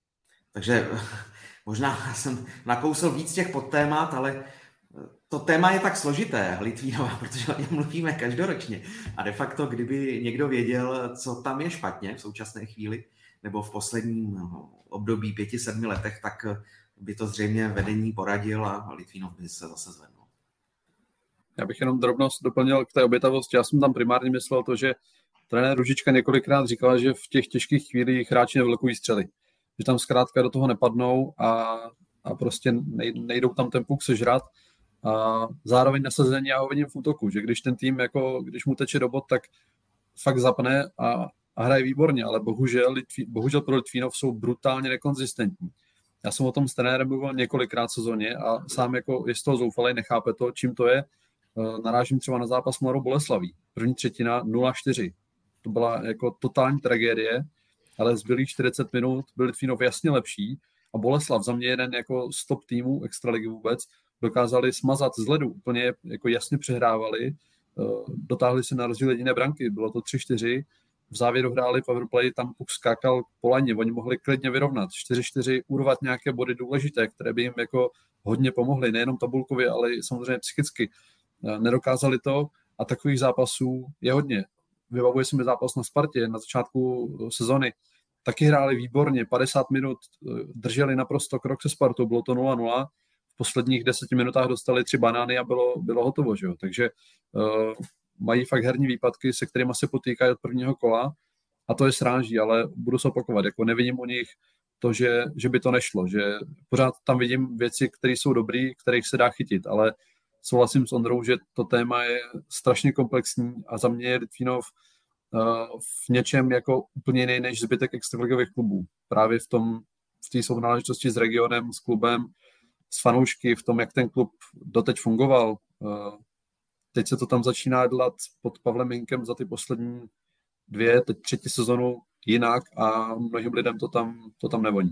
[SPEAKER 4] Takže možná jsem nakousl víc těch podtémat, ale to téma je tak složité Litvínova, protože o něm mluvíme každoročně. A de facto, kdyby někdo věděl, co tam je špatně v současné chvíli, nebo v posledním období 5-7 letech, tak by to zřejmě vedení poradil a Litvínov by se zase zvednul.
[SPEAKER 5] Já bych jenom drobnost doplnil k té obětavosti. Já jsem tam primárně myslel to, že trenér Růžička několikrát říkal, že v těch těžkých chvílích hráči nevlekují střely. Že tam zkrátka do toho nepadnou a prostě nejdou tam ten puk sežrat. A zároveň nasazení já ho vidím v útoku, že když ten tým, jako, když mu teče do bod, tak fakt zapne a hraje výborně, ale bohužel pro Litvínov jsou brutálně nekonzistentní. Já jsem o tom s trenérem mluvil několikrát v sezóně a sám jako je z toho zoufalej, nechápe to, čím to je. Narážím třeba na zápas Mladou Boleslaví. První třetina 0-4. To byla jako totální tragédie, ale zbylých 40 minut byl Litvínov jasně lepší a Boleslav, za mě jeden jako z top týmů extraligy vůbec, dokázali smazat z ledu, úplně jako jasně přehrávali, dotáhli se na rozdíl jediné branky, bylo to 3-4, v závěru hráli powerplay, tam puk skákal po laně, oni mohli klidně vyrovnat, 4-4, urvat nějaké body důležité, které by jim jako hodně pomohly, nejenom tabulkově, ale i samozřejmě psychicky. Nedokázali to a takových zápasů je hodně. Vybavuje se mi zápas na Spartě na začátku sezony, taky hráli výborně, 50 minut drželi naprosto krok se Spartou, bylo to 0-0, v posledních 10 minutách dostali 3 banány a bylo hotovo. Že jo? Takže mají fakt herní výpadky, se kterými se potýkají od prvního kola a to je sráží, ale budu se opakovat, jako nevidím u nich to, že by to nešlo, že pořád tam vidím věci, které jsou dobré, kterých se dá chytit, ale souhlasím s Ondrou, že to téma je strašně komplexní a za mě je Litvínov v něčem jako úplně jiný než zbytek extraligových klubů. Právě v té sounáležitosti s regionem, s klubem, s fanoušky, v tom, jak ten klub doteď fungoval. Teď se to tam začíná dělat pod Pavlem Minkem za ty poslední 2, teď 3. sezonu jinak a mnohým lidem to tam nevoní.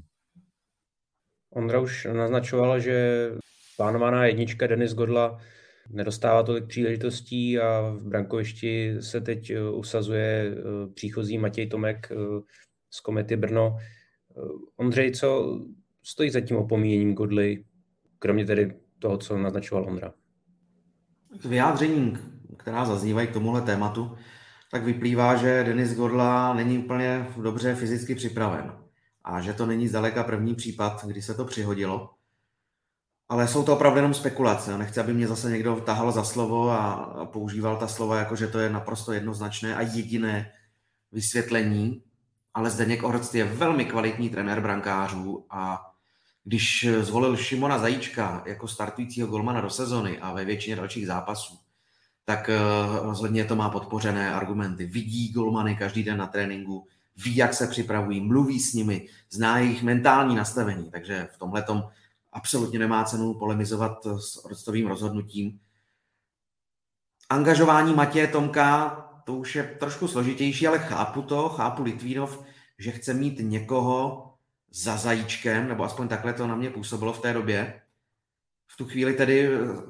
[SPEAKER 3] Ondra už naznačoval, že plánovaná jednička Denis Godla nedostává tolik příležitostí a v brankovišti se teď usazuje příchozí Matěj Tomek z Komety Brno. Ondřej, co stojí za tím opomíjením Godly, kromě tedy toho, co naznačoval Ondra?
[SPEAKER 4] Z vyjádření, která zaznívají k tomuhle tématu, tak vyplývá, že Denis Godla není úplně dobře fyzicky připraven a že to není zdaleka první případ, kdy se to přihodilo. Ale jsou to opravdu jenom spekulace. Nechci, aby mě zase někdo tahal za slovo a používal ta slova jako, že to je naprosto jednoznačné a jediné vysvětlení. Ale Zdeněk Orc je velmi kvalitní trenér brankářů a když zvolil Šimona Zajíčka jako startujícího golmana do sezony a ve většině dalších zápasů, tak rozhodně to má podpořené argumenty. Vidí golmany každý den na tréninku, ví, jak se připravují, mluví s nimi, zná jejich mentální nastavení, takže v tomhletom absolutně nemá cenu polemizovat s Orcovým rozhodnutím. Angažování Matěje Tomka, to už je trošku složitější, ale chápu Litvínov, že chce mít někoho za Zajíčkem, nebo aspoň takhle to na mě působilo v té době. V tu chvíli tedy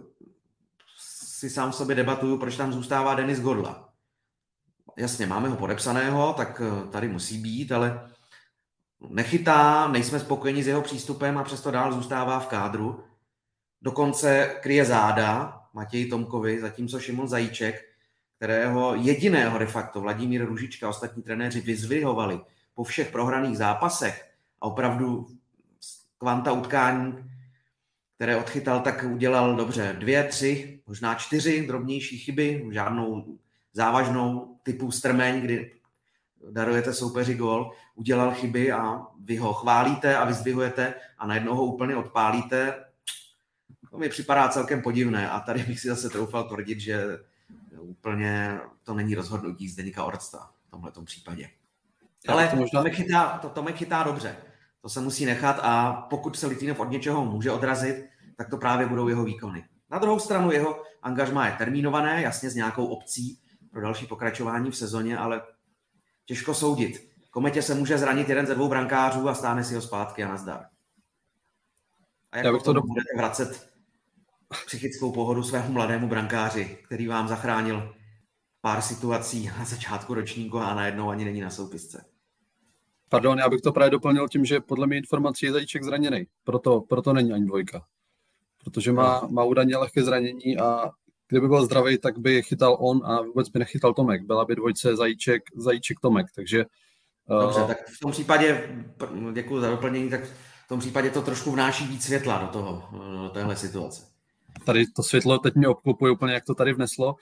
[SPEAKER 4] si sám sobě debatuju, proč tam zůstává Denis Godla. Jasně, máme ho podepsaného, tak tady musí být, ale nechytá, nejsme spokojeni s jeho přístupem a přesto dál zůstává v kádru. Dokonce kryje záda Matěji Tomkovi, zatímco Šimon Zajíček, kterého jediného de facto Vladimír Růžička a ostatní trenéři vyzdvihovali po všech prohraných zápasech a opravdu kvanta utkání, které odchytal, tak udělal dobře 2, 3, možná 4 drobnější chyby, žádnou závažnou typu strmeň, kdy darujete soupeři gól, udělal chyby a vy ho chválíte a vyzdvihujete a najednou ho úplně odpálíte. To mi připadá celkem podivné a tady bych si zase troufal tvrdit, že úplně to není rozhodnutí Zdeňka Orcta v tomhletom případě. Ale Tomek chytá dobře. To se musí nechat a pokud se Litvínov od něčeho může odrazit, tak to právě budou jeho výkony. Na druhou stranu jeho angažmá je termínované, jasně s nějakou opcí pro další pokračování v sezóně, ale těžko soudit. Kometě se může zranit jeden ze 2 brankářů a stáhne si ho zpátky a nazdar. A jak to budete vracet psychickou pohodu svému mladému brankáři, který vám zachránil pár situací na začátku ročníku a najednou ani není na soupisce.
[SPEAKER 5] Pardon, já bych to právě doplnil tím, že podle mě informací je Zajíček zraněný. Proto není ani 2. Protože má údajně lehké zranění a kdyby byl zdravý, tak by chytal on a vůbec by nechytal Tomek. Byla by dvojce Zajíček Tomek, takže...
[SPEAKER 4] Dobře, tak v tom případě, děkuji za doplnění, tak v tom případě to trošku vnáší víc světla do téhle situace.
[SPEAKER 5] Tady to světlo teď mě obklopuje úplně, jak to tady vneslo.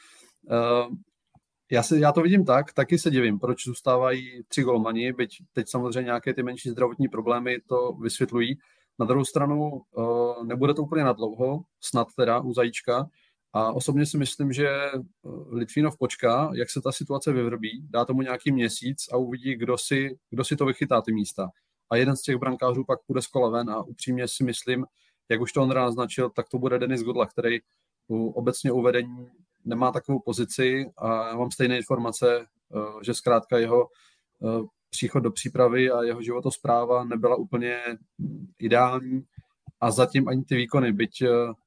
[SPEAKER 5] Já to vidím taky se divím, proč zůstávají 3 golmani, byť teď samozřejmě nějaké ty menší zdravotní problémy to vysvětlují. Na druhou stranu nebude to úplně nadlouho, snad teda u Zajíčka. A osobně si myslím, že Litvínov počká, jak se ta situace vyvrbí, dá tomu nějaký měsíc a uvidí, kdo si to vychytá ty místa. A jeden z těch brankářů pak půjde z kola ven a upřímně si myslím, jak už to Ondra naznačil, tak to bude Denis Godla, který obecně u vedení nemá takovou pozici a já mám stejné informace, že zkrátka jeho příchod do přípravy a jeho životospráva nebyla úplně ideální a zatím ani ty výkony, byť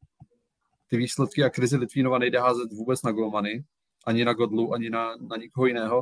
[SPEAKER 5] ty výsledky a krizi Litvínova nejde házet vůbec na golmany, ani na Godlu, ani na nikoho jiného,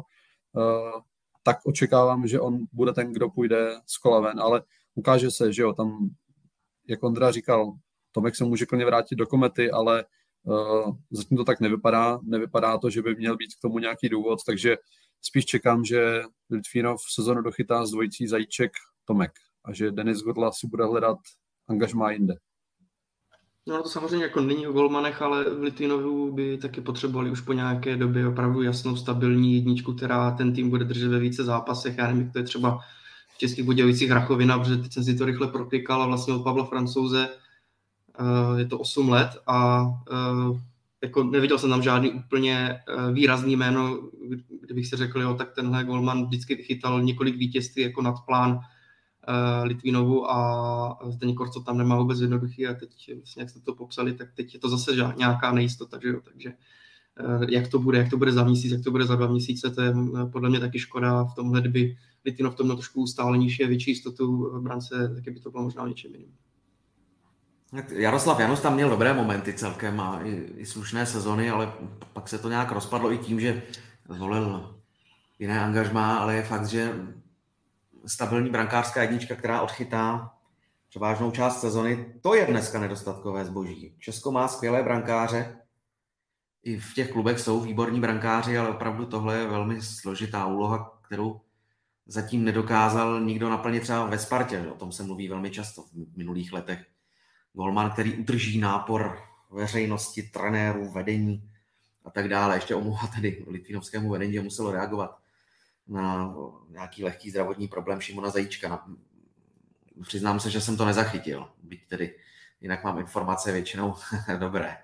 [SPEAKER 5] tak očekávám, že on bude ten, kdo půjde z kola ven, ale ukáže se, že jo, tam, jak Ondra říkal, Tomek se může klidně vrátit do Komety, ale zatím to tak nevypadá to, že by měl být k tomu nějaký důvod, takže spíš čekám, že Litvínov sezonu dochytá s dvojicí Zajíček Tomek a že Denis Godla si bude hledat angažmá jinde.
[SPEAKER 6] No to samozřejmě jako není o golmanech, ale v Litvínovu by taky potřebovali už po nějaké době opravdu jasnou stabilní jedničku, která ten tým bude držet ve více zápasech. Já nevím, jak to je třeba v Českých Budějovicích Rachovina, protože teď jsem si to rychle proklikal a vlastně od Pavla Francouze je to 8 let a jako neviděl jsem tam žádný úplně výrazný jméno, kdybych si řekl, jo, tak tenhle golman vždycky chytal několik vítězství jako nad plán Litvínovu a Zdeněk Orc tam nemá vůbec jednoduchý a teď vlastně, jak jste to popsali, tak teď je to zase nějaká nejistota, že jo? Takže jak to bude za měsíc, jak to bude za 2 měsíce, to je podle mě taky škoda v tomhle, kdyby Litvinov v tom trošku ustálenější a větší jistotu v brance, taky by to bylo možná o něčem jiným.
[SPEAKER 4] Jaroslav Janus tam měl dobré momenty celkem a i slušné sezony, ale pak se to nějak rozpadlo i tím, že zvolil jiné angažmá, ale je fakt, že stabilní brankářská jednička, která odchytá převážnou část sezony, to je dneska nedostatkové zboží. Česko má skvělé brankáře, i v těch klubech jsou výborní brankáři, ale opravdu tohle je velmi složitá úloha, kterou zatím nedokázal nikdo naplnit třeba ve Spartě. O tom se mluví velmi často v minulých letech. Golman, který udrží nápor veřejnosti, trenérů, vedení a tak dále. Ještě omluva tedy litvinovskému vedení, že muselo reagovat na nějaký lehký zdravotní problém Šimona Zajíčka. Přiznám se, že jsem to nezachytil, byť tedy jinak mám informace většinou dobré.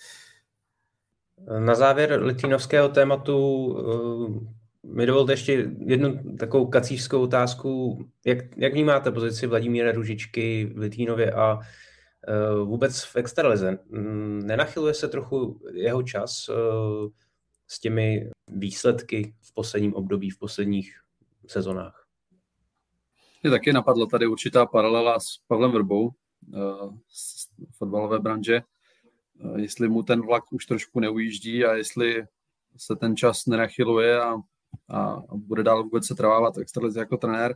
[SPEAKER 3] Na závěr litvínovského tématu mi dovolte ještě jednu takovou kacířskou otázku. Jak vnímáte pozici Vladimíra Růžičky v Litvínově a vůbec v extralize? Nenachyluje se trochu jeho čas s těmi výsledky v posledním období, v posledních sezonách?
[SPEAKER 5] Mě taky napadla tady určitá paralela s Pavlem Vrbou z fotbalové branže. Jestli mu ten vlak už trošku neujíždí a jestli se ten čas nenachyluje a bude dál vůbec se trvávat v extralize jako trenér.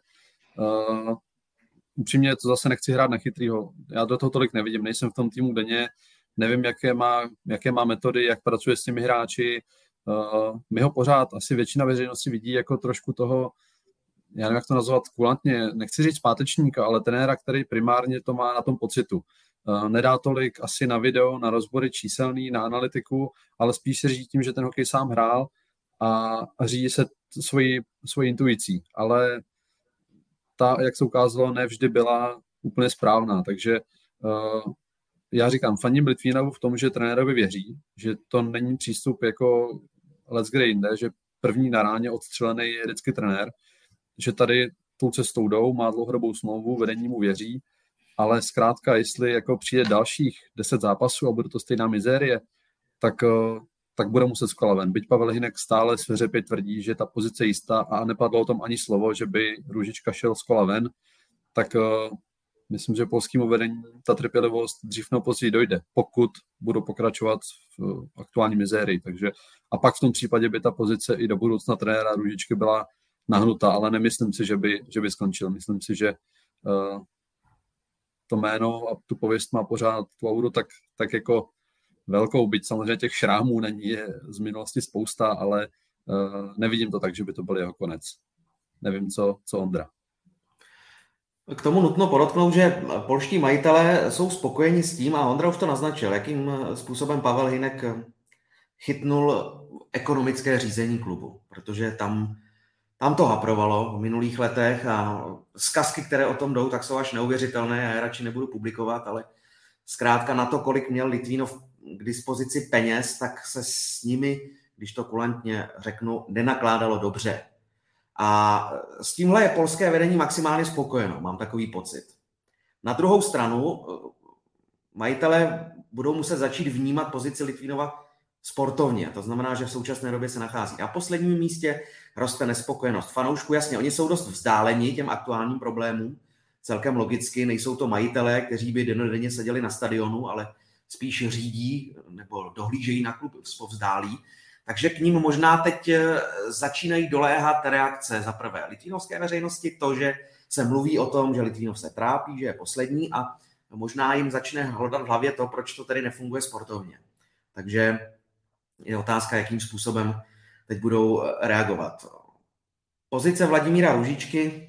[SPEAKER 5] Upřímně to zase nechci hrát na chytrýho. Já do toho tolik nevidím, nejsem v tom týmu denně, nevím, jaké má metody, jak pracuje s těmi hráči. My ho pořád asi většina veřejnosti vidí jako trošku toho, já nevím, jak to nazvat kulantně, nechci říct zpátečníka, ale trenéra, který primárně to má na tom pocitu. Nedá tolik asi na video, na rozbory číselný, na analytiku, ale spíš se řídí tím, že ten hokej sám hrál a řídí se svojí intuicí. Ale ta, jak se ukázalo, nevždy byla úplně správná. Takže já říkám, faním Litvínovu v tom, že trenérovi věří, že to není přístup jako let's kde jinde, že první na ráně odstřelený je vždycky trenér, že tady tou cestou jdou, má dlouhodobou smlouvu, vedení mu věří, ale zkrátka, jestli jako přijde dalších 10 zápasů a bude to stejná mizérie, tak bude muset z kola ven. Byť Pavel Hynek stále sveřepě tvrdí, že ta pozice je jistá a nepadlo o tom ani slovo, že by Růžička šel z kola ven, tak myslím, že polskému vedení ta trpělivost dřív nebo později dojde, pokud budou pokračovat v aktuální mizérii. Takže, a pak v tom případě by ta pozice i do budoucna trenéra Růžičky byla nahnutá, ale nemyslím si, že by skončil. Myslím si, že to jméno a tu pověst má pořád tu auru tak jako velkou, byť samozřejmě těch šrámů není z minulosti spousta, ale nevidím to tak, že by to byl jeho konec. Nevím, co Ondra.
[SPEAKER 4] K tomu nutno podotknout, že polští majitelé jsou spokojeni s tím, a Ondra už to naznačil, jakým způsobem Pavel Hynek chytnul ekonomické řízení klubu, protože tam to haprovalo v minulých letech a zkazky, které o tom jdou, tak jsou až neuvěřitelné, já je radši nebudu publikovat, ale zkrátka na to, kolik měl Litvínov k dispozici peněz, tak se s nimi, když to kulantně řeknu, nenakládalo dobře. A s tímhle je polské vedení maximálně spokojeno, mám takový pocit. Na druhou stranu, majitelé budou muset začít vnímat pozici Litvínova sportovně. To znamená, že v současné době se nachází na posledním místě, roste nespokojenost fanoušků. Jasně, oni jsou dost vzdáleni těm aktuálním problémům, celkem logicky, nejsou to majitelé, kteří by dennodenně seděli na stadionu, ale spíš řídí nebo dohlížejí na klub zpovzdálí. Takže k ním možná teď začínají doléhat reakce za prvé litvínovské veřejnosti, to, že se mluví o tom, že Litvínov se trápí, že je poslední a možná jim začne hledat v hlavě to, proč to tedy nefunguje sportovně. Takže je otázka, jakým způsobem teď budou reagovat. Pozice Vladimíra Růžičky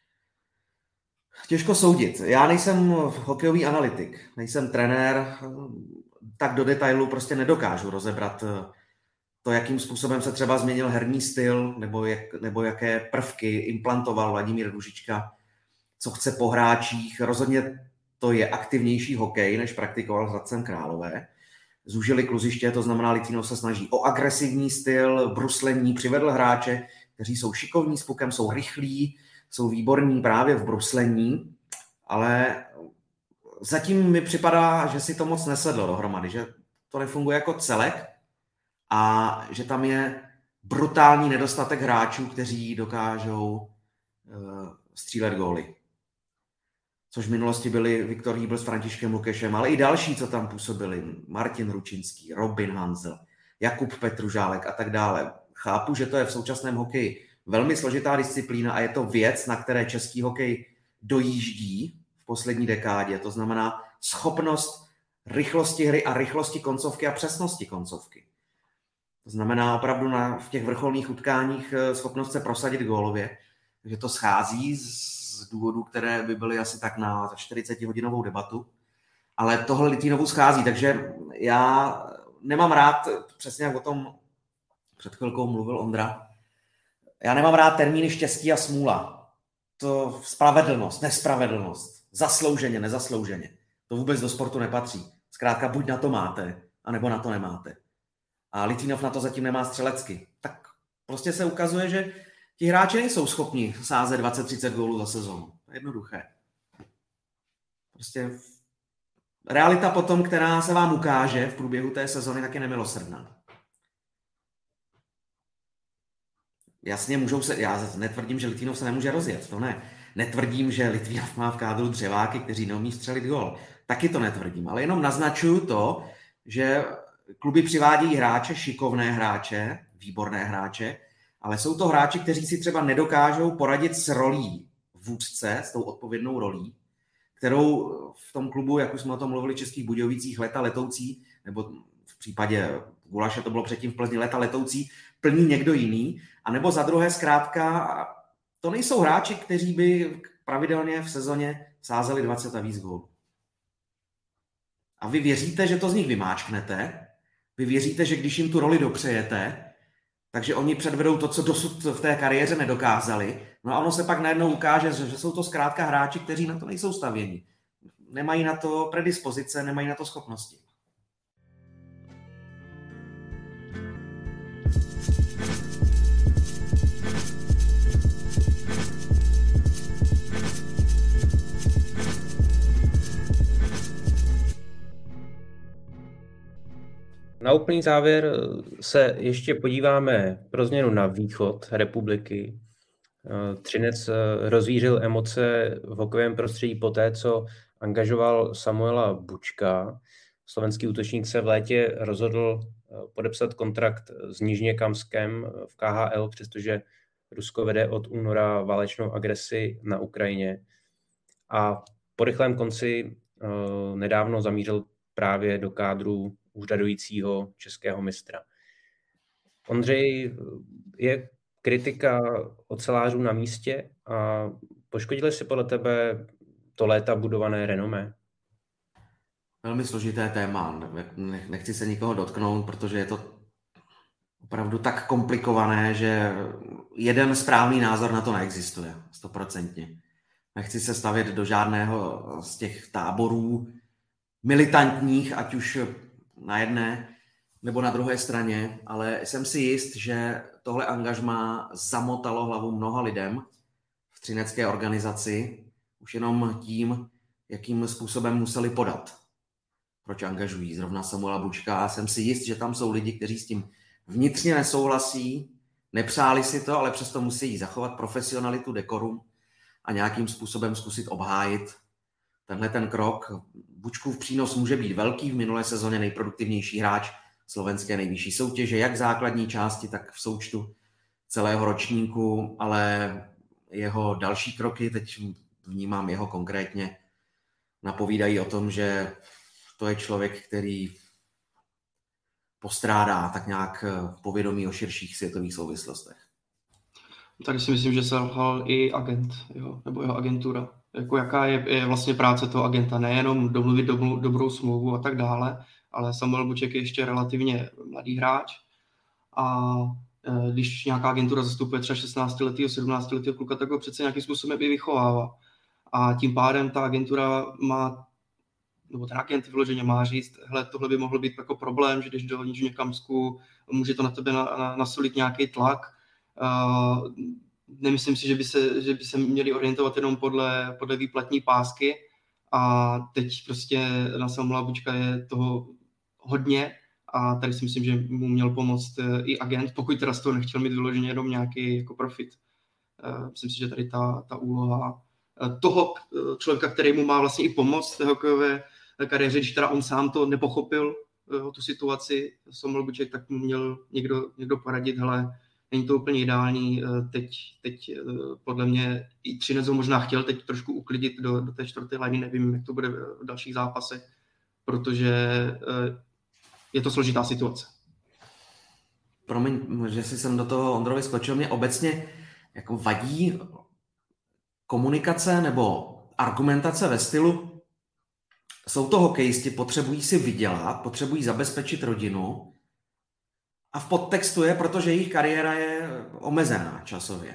[SPEAKER 4] těžko soudit. Já nejsem hokejový analytik, nejsem trenér, tak do detailu prostě nedokážu rozebrat to, jakým způsobem se třeba změnil herní styl, nebo jaké prvky implantoval Vladimír Růžička, co chce po hráčích. Rozhodně to je aktivnější hokej, než praktikoval s Hradcem Králové. Zúžili kluziště, to znamená, Litvínov se snaží o agresivní styl, bruslení, přivedl hráče, kteří jsou šikovní s pukem, jsou rychlí, jsou výborní právě v bruslení, ale zatím mi připadá, že si to moc nesedlo dohromady, že to nefunguje jako celek a že tam je brutální nedostatek hráčů, kteří dokážou střílet góly. Což v minulosti byli Viktor Hýbl s Františkem Lukešem, ale i další, co tam působili. Martin Ručinský, Robin Hanzel, Jakub Petružálek a tak dále. Chápu, že to je v současném hokeji velmi složitá disciplína a je to věc, na které český hokej dojíždí v poslední dekádě. To znamená schopnost rychlosti hry a rychlosti koncovky a přesnosti koncovky. To znamená opravdu v těch vrcholných utkáních schopnost se prosadit gólově. Takže to schází z důvodů, které by byly asi tak na 40-hodinovou debatu. Ale tohle Litvínovu schází, takže já nemám rád, přesně jak o tom před chvilkou mluvil Ondra, já nemám rád termíny štěstí a smůla. To spravedlnost, nespravedlnost, zaslouženě, nezaslouženě. To vůbec do sportu nepatří. Zkrátka buď na to máte, anebo na to nemáte. A Litvínov na to zatím nemá střelecky. Tak prostě se ukazuje, že ti hráči nejsou schopni sázet 20-30 gólů za sezonu. To je jednoduché. Prostě realita potom, která se vám ukáže v průběhu té sezony, tak je nemilosrdná. Jasně, já netvrdím, že Litvínov se nemůže rozjet, to ne. Netvrdím, že Litvínov má v kádru dřeváky, kteří neumí střelit gól. Taky to netvrdím, ale jenom naznačuju to, že kluby přivádějí hráče, šikovné hráče, výborné hráče, ale jsou to hráči, kteří si třeba nedokážou poradit s rolí vůdce, s tou odpovědnou rolí, kterou v tom klubu, jak už jsme o tom mluvili, Českých Budějovicích, leta letoucí, nebo v případě Gulaše to bylo předtím v Plzni leta letoucí, plní někdo jiný, anebo za druhé zkrátka, to nejsou hráči, kteří by pravidelně v sezóně sázeli 20 a víc gólů. A vy věříte, že to z nich vymáčknete, vy věříte, že když jim tu roli dopřejete, takže oni předvedou to, co dosud v té kariéře nedokázali, no a ono se pak najednou ukáže, že jsou to zkrátka hráči, kteří na to nejsou stavěni. Nemají na to predispozice, nemají na to schopnosti.
[SPEAKER 3] Na úplný závěr se ještě podíváme pro změnu na východ republiky. Třinec rozvířil emoce v hokejovém prostředí poté, co angažoval Samuela Bučka. Slovenský útočník se v létě rozhodl podepsat kontrakt s Nižněkamskem v KHL, přestože Rusko vede od února válečnou agresi na Ukrajině. A po rychlém konci nedávno zamířil právě do kádru úřadujícího českého mistra. Ondřej, je kritika ocelářů na místě a poškodili si podle tebe to léta budované renomé?
[SPEAKER 4] Velmi složité téma. Nechci se nikoho dotknout, protože je to opravdu tak komplikované, že jeden správný názor na to neexistuje. 100%. Nechci se stavět do žádného z těch táborů militantních, ať už na jedné nebo na druhé straně, ale jsem si jist, že tohle angažmá zamotalo hlavu mnoha lidem v třinecké organizaci už jenom tím, jakým způsobem museli podat. Proč angažují zrovna Samuela Bučka? A jsem si jist, že tam jsou lidi, kteří s tím vnitřně nesouhlasí, nepřáli si to, ale přesto musí zachovat profesionalitu, dekorum a nějakým způsobem zkusit obhájit tenhle ten krok. Bučkův přínos může být velký, v minulé sezóně nejproduktivnější hráč slovenské nejvyšší soutěže, jak v základní části, tak v součtu celého ročníku, ale jeho další kroky, teď vnímám jeho konkrétně, napovídají o tom, že to je člověk, který postrádá tak nějak povědomí o širších světových souvislostech.
[SPEAKER 6] Tady si myslím, že selhal i agent, nebo jeho agentura. Jako jaká je vlastně práce toho agenta, nejenom domluvit dobrou smlouvu a tak dále, ale Samuel Buček je ještě relativně mladý hráč a když nějaká agentura zastupuje třeba 16letého, 17letého kluka, tak ho přece nějakým způsobem i vychovává. A tím pádem ta agentura má, nebo ten agent vyloženě má říct, hele, tohle by mohlo být jako problém, že když do Nižněkamsku, může to na tebe nasolit nějaký tlak. Nemyslím si, že by se měli orientovat jenom podle výplatní pásky a teď prostě na Samuela Bučka je toho hodně a tady si myslím, že mu měl pomoct i agent, pokud teda z toho nechtěl mít vyloženě jenom nějaký jako profit. Myslím si, že tady ta úloha toho člověka, který mu má vlastně i pomoct v té hokejové kariéře, když teda on sám to nepochopil, tu situaci, Samuel Buček, tak mu měl někdo poradit, hele, není to úplně ideální, teď podle mě i Třinec ho možná chtěl teď trošku uklidit do té čtvrté liny, nevím, jak to bude v dalších zápasech, protože je to složitá situace.
[SPEAKER 4] Promiň, že jsem do toho Ondrovi skočil, mě obecně jako vadí komunikace nebo argumentace ve stylu, jsou to hokejisti, potřebují si vydělat, potřebují zabezpečit rodinu a v podtextu je, protože jejich kariéra je omezená časově.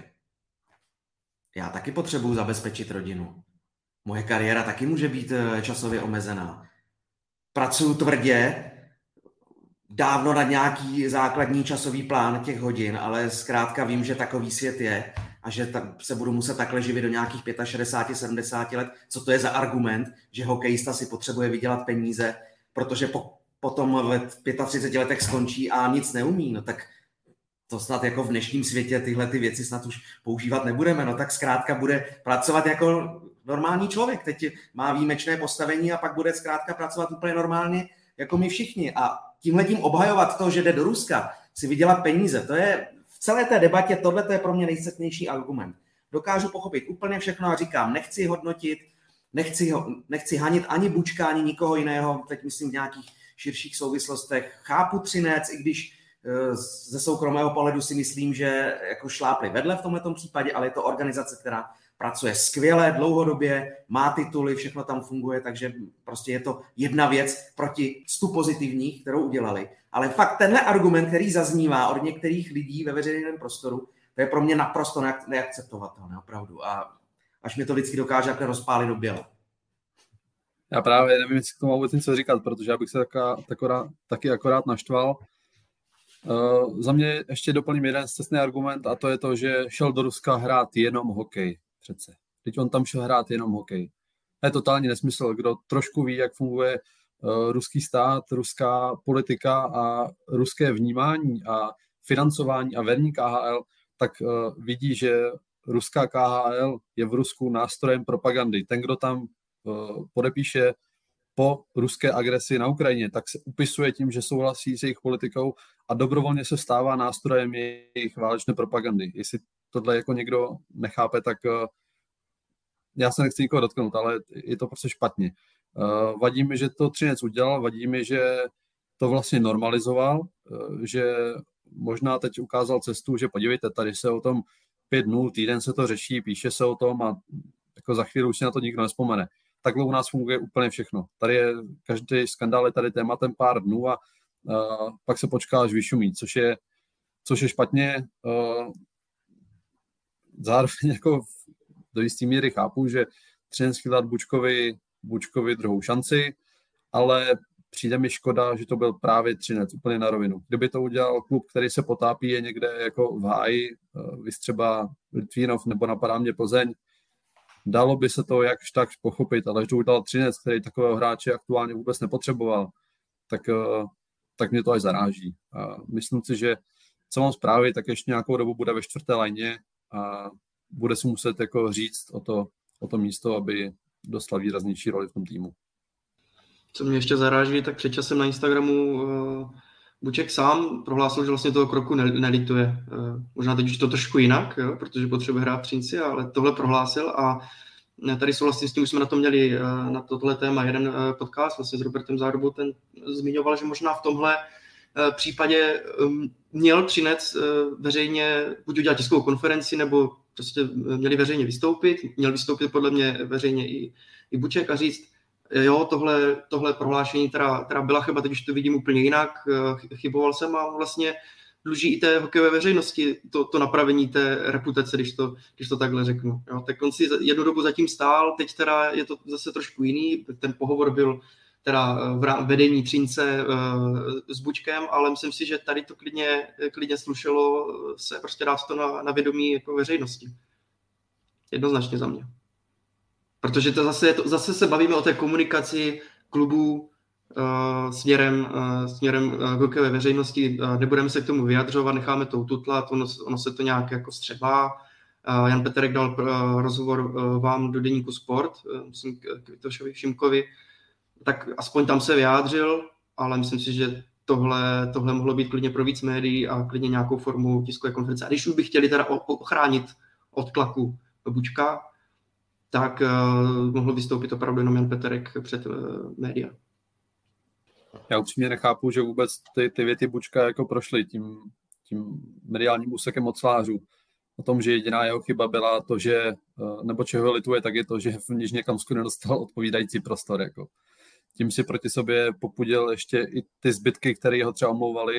[SPEAKER 4] Já taky potřebuji zabezpečit rodinu. Moje kariéra taky může být časově omezená. Pracuji tvrdě, dávno na nějaký základní časový plán těch hodin, ale zkrátka vím, že takový svět je a že se budu muset takhle živit do nějakých 65, 70 let. Co to je za argument, že hokejista si potřebuje vydělat peníze, protože potom v 35 letech skončí a nic neumí. No tak to snad jako v dnešním světě tyhle ty věci snad už používat nebudeme. No tak zkrátka bude pracovat jako normální člověk. Teď má výjimečné postavení a pak bude zkrátka pracovat úplně normálně jako my všichni. A tímhletím obhajovat to, že jde do Ruska, si vydělat peníze, to je v celé té debatě, tohle je pro mě nejcennější argument. Dokážu pochopit úplně všechno a říkám, nechci hodnotit, nechci hanit ani Bučka, ani nikoho jiného, teď myslím v nějakých širších souvislostech. Chápu Třinec, i když ze soukromého pohledu si myslím, že jako šlápli vedle v tomhletom případě, ale je to organizace, která pracuje skvěle, dlouhodobě, má tituly, všechno tam funguje, takže prostě je to jedna věc proti 100 pozitivních, kterou udělali. Ale fakt tenhle argument, který zaznívá od některých lidí ve veřejném prostoru, to je pro mě naprosto neakceptovatelné, opravdu. A až mě to vždycky dokáže takhle rozpálit do běla.
[SPEAKER 5] Já právě nevím, jestli k tomu vůbec něco říkat, protože já bych se taky akorát naštval. Za mě ještě doplním jeden scestný argument a to je to, že šel do Ruska hrát jenom hokej. Přece. Teď on tam šel hrát jenom hokej. To je totální nesmysl. Kdo trošku ví, jak funguje ruský stát, ruská politika a ruské vnímání a financování a vedení KHL, tak vidí, že ruská KHL je v Rusku nástrojem propagandy. Ten, kdo tam podepíše po ruské agresi na Ukrajině, tak se upisuje tím, že souhlasí s jejich politikou a dobrovolně se stává nástrojem jejich válečné propagandy. Jestli tohle jako někdo nechápe, tak já se nechci nikoho dotknout, ale je to prostě špatně. Vadí mi, že to Třinec udělal, vadí mi, že to vlastně normalizoval, že možná teď ukázal cestu, že podívejte, tady se o tom 5 dnů, týden se to řeší, píše se o tom a jako za chvíli už si na to nikdo nevzpomene. Takhle u nás funguje úplně všechno. Tady je každý skandál je tady tématem pár dnů a pak se počká, až vyšumí, což je špatně. Zároveň jako do jistý míry chápu, že Třinec chtěl dát Bučkovi druhou šanci, ale přijde mi škoda, že to byl právě Třinec úplně na rovinu. Kdyby to udělal klub, který se potápí, je někde jako v háji, třeba Litvínov nebo napadá mě Plzeň, dalo by se to jakž tak pochopit, ale když to udělal Třinec, který takového hráče aktuálně vůbec nepotřeboval, tak mě to až zaráží. A myslím si, že co mám zprávy, tak ještě nějakou dobu bude ve čtvrté lajně a bude si muset jako říct o to místo, aby dostal výraznější roli v tom týmu.
[SPEAKER 6] Co mě ještě zaráží, tak před časem na Instagramu Buček sám prohlásil, že vlastně toho kroku nelituje. Možná teď už to trošku jinak, jo, protože potřebuje hrát Třinci, ale tohle prohlásil a tady souhlasím s tím, už jsme na to měli na tohle téma jeden podcast vlastně s Robertem Zárubou, ten zmiňoval, že možná v tomhle případě měl Třinec veřejně buď udělat tiskovou konferenci, nebo prostě měli veřejně vystoupit, měl vystoupit podle mě veřejně i Buček a říct, jo, tohle prohlášení teda byla chyba, teď už to vidím úplně jinak, chyboval jsem a vlastně dluží i té hokejové veřejnosti to napravení té reputace, když to takhle řeknu. Jo, tak on si jednu dobu zatím stál, teď teda je to zase trošku jiný, ten pohovor byl teda v vedení Třince s Bučkem, ale myslím si, že tady to klidně slušelo se prostě dát to na vědomí jako veřejnosti. Jednoznačně za mě. Protože to zase se bavíme o té komunikaci klubů směrem k hokejové veřejnosti. Nebudeme se k tomu vyjadřovat, necháme to ututlat, ono se to nějak jako střebá. Jan Peterek dal rozhovor vám do deníku Sport, myslím k Vitošovi Šimkovi, tak aspoň tam se vyjádřil, ale myslím si, že tohle mohlo být klidně pro víc médií a klidně nějakou formu tiskové konference. A když už by chtěli teda ochránit od tlaku Bučka, tak mohl vystoupit opravdu jenom Jan Peterek před média.
[SPEAKER 5] Já upřímně nechápu, že vůbec ty věty Bučka jako prošly tím mediálním úsekem ocelářů. O tom, že jediná jeho chyba byla to, že, nebo čeho lituje, tak je to, že v Nižně Kamsku nedostal odpovídající prostor. Jako. Tím si proti sobě popudil ještě i ty zbytky, které ho třeba omlouvali,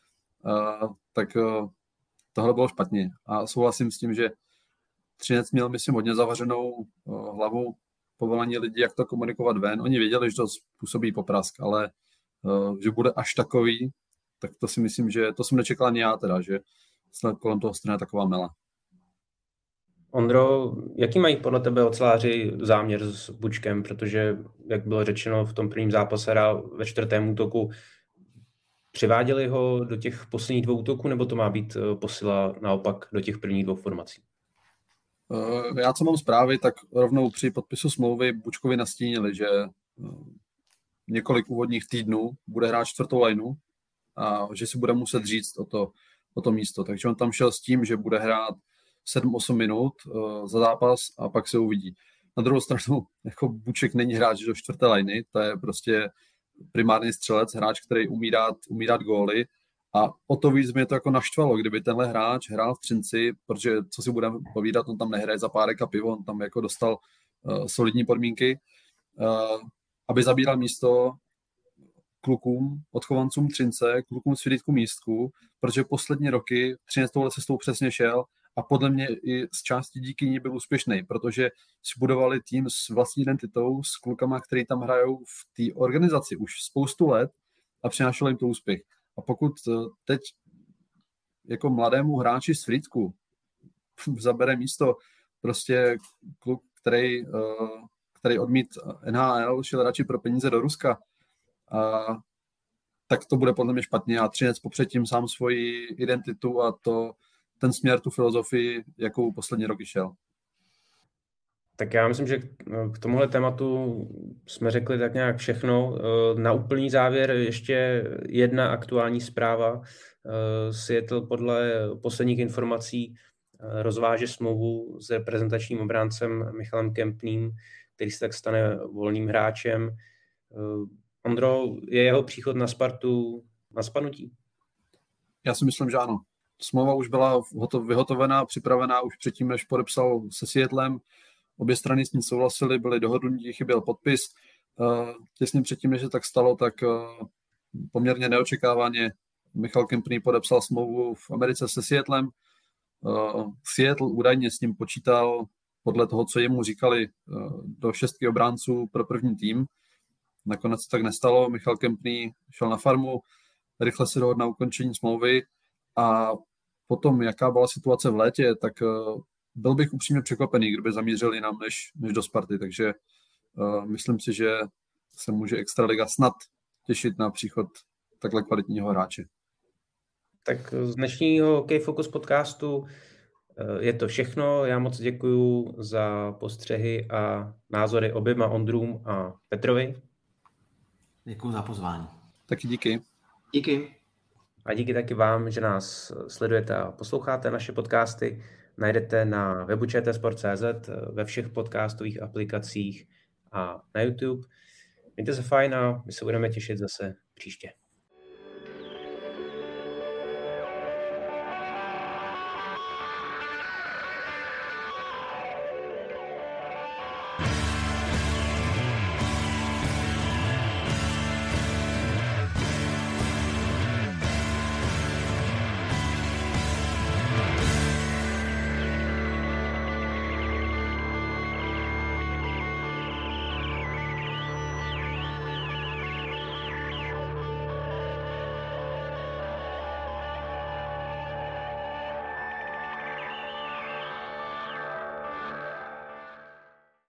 [SPEAKER 5] tak tohle bylo špatně. A souhlasím s tím, že Třinec měl, myslím, hodně zavařenou hlavu povolení lidí, jak to komunikovat ven. Oni věděli, že to způsobí poprask, ale že bude až takový, tak to si myslím, že to jsem nečekal ani já teda, že snad kolem toho strane taková mela.
[SPEAKER 3] Ondro, jaký mají podle tebe oceláři záměr s Bučkem, protože, jak bylo řečeno, v tom prvním zápase ve 4. útoku přiváděli ho do těch posledních 2 útoků, nebo to má být posila naopak do těch prvních 2 formací?
[SPEAKER 5] Já, co mám zprávy, tak rovnou při podpisu smlouvy Bučkovi nastínili, že několik úvodních týdnů bude hrát 4. lineu a že si bude muset říct o to místo. Takže on tam šel s tím, že bude hrát 7-8 minut za zápas a pak se uvidí. Na druhou stranu, jako Buček není hráč do 4. liney, to je prostě primární střelec, hráč, který umí dát góly a o to víc mě to jako naštvalo, kdyby tenhle hráč hrál v Třinci, protože co si budeme povídat, on tam nehraje za párek a pivo, on tam jako dostal solidní podmínky, aby zabíral místo klukům, odchovancům Třince, klukům z Frýdku Místku, protože poslední roky Třinec touhle cestou přesně šel a podle mě i z části díky ní byl úspěšný, protože si budovali tým s vlastní identitou, s klukama, který tam hrajou v té organizaci už spoustu let a přinášel jim to úspěch. A pokud teď jako mladému hráči z Frýdku zabere místo prostě kluk, který odmít NHL, šel radši pro peníze do Ruska, tak to bude podle mě špatně a Třinec popře tím sám svoji identitu a ten směr, tu filozofii, jakou poslední roky šel.
[SPEAKER 3] Tak já myslím, že k tomuhle tématu jsme řekli tak nějak všechno. Na úplný závěr ještě jedna aktuální zpráva. Seattle podle posledních informací rozváže smlouvu s reprezentačním obráncem Michalem Kempným, který se tak stane volným hráčem. Ondro, je jeho příchod na Spartu na spadnutí?
[SPEAKER 5] Já si myslím, že ano. Smlouva už byla vyhotovená, připravená už předtím, než podepsal se Seattlem. Obě strany s ní souhlasily, byly dohodnutí, chyběl podpis. Těsně předtím, než se tak stalo, tak poměrně neočekávaně Michal Kempný podepsal smlouvu v Americe se Seattlem. Seattle údajně s ním počítal podle toho, co jemu říkali, do 6 obránců pro první tým. Nakonec se tak nestalo. Michal Kempný šel na farmu, rychle se dohodl na ukončení smlouvy a potom, jaká byla situace v létě, tak byl bych upřímně překvapený, kdyby zamířil jinam než do Sparty, takže myslím si, že se může Extraliga snad těšit na příchod takhle kvalitního hráče.
[SPEAKER 3] Tak z dnešního Hokej Focus podcastu je to všechno. Já moc děkuju za postřehy a názory oběma Ondrům a Petrovi.
[SPEAKER 4] Děkuju za pozvání.
[SPEAKER 5] Taky díky.
[SPEAKER 6] Díky.
[SPEAKER 3] A díky taky vám, že nás sledujete a posloucháte naše podcasty. Najdete na webu čtsport.cz, ve všech podcastových aplikacích a na YouTube. Mějte se fajn a my se budeme těšit zase příště.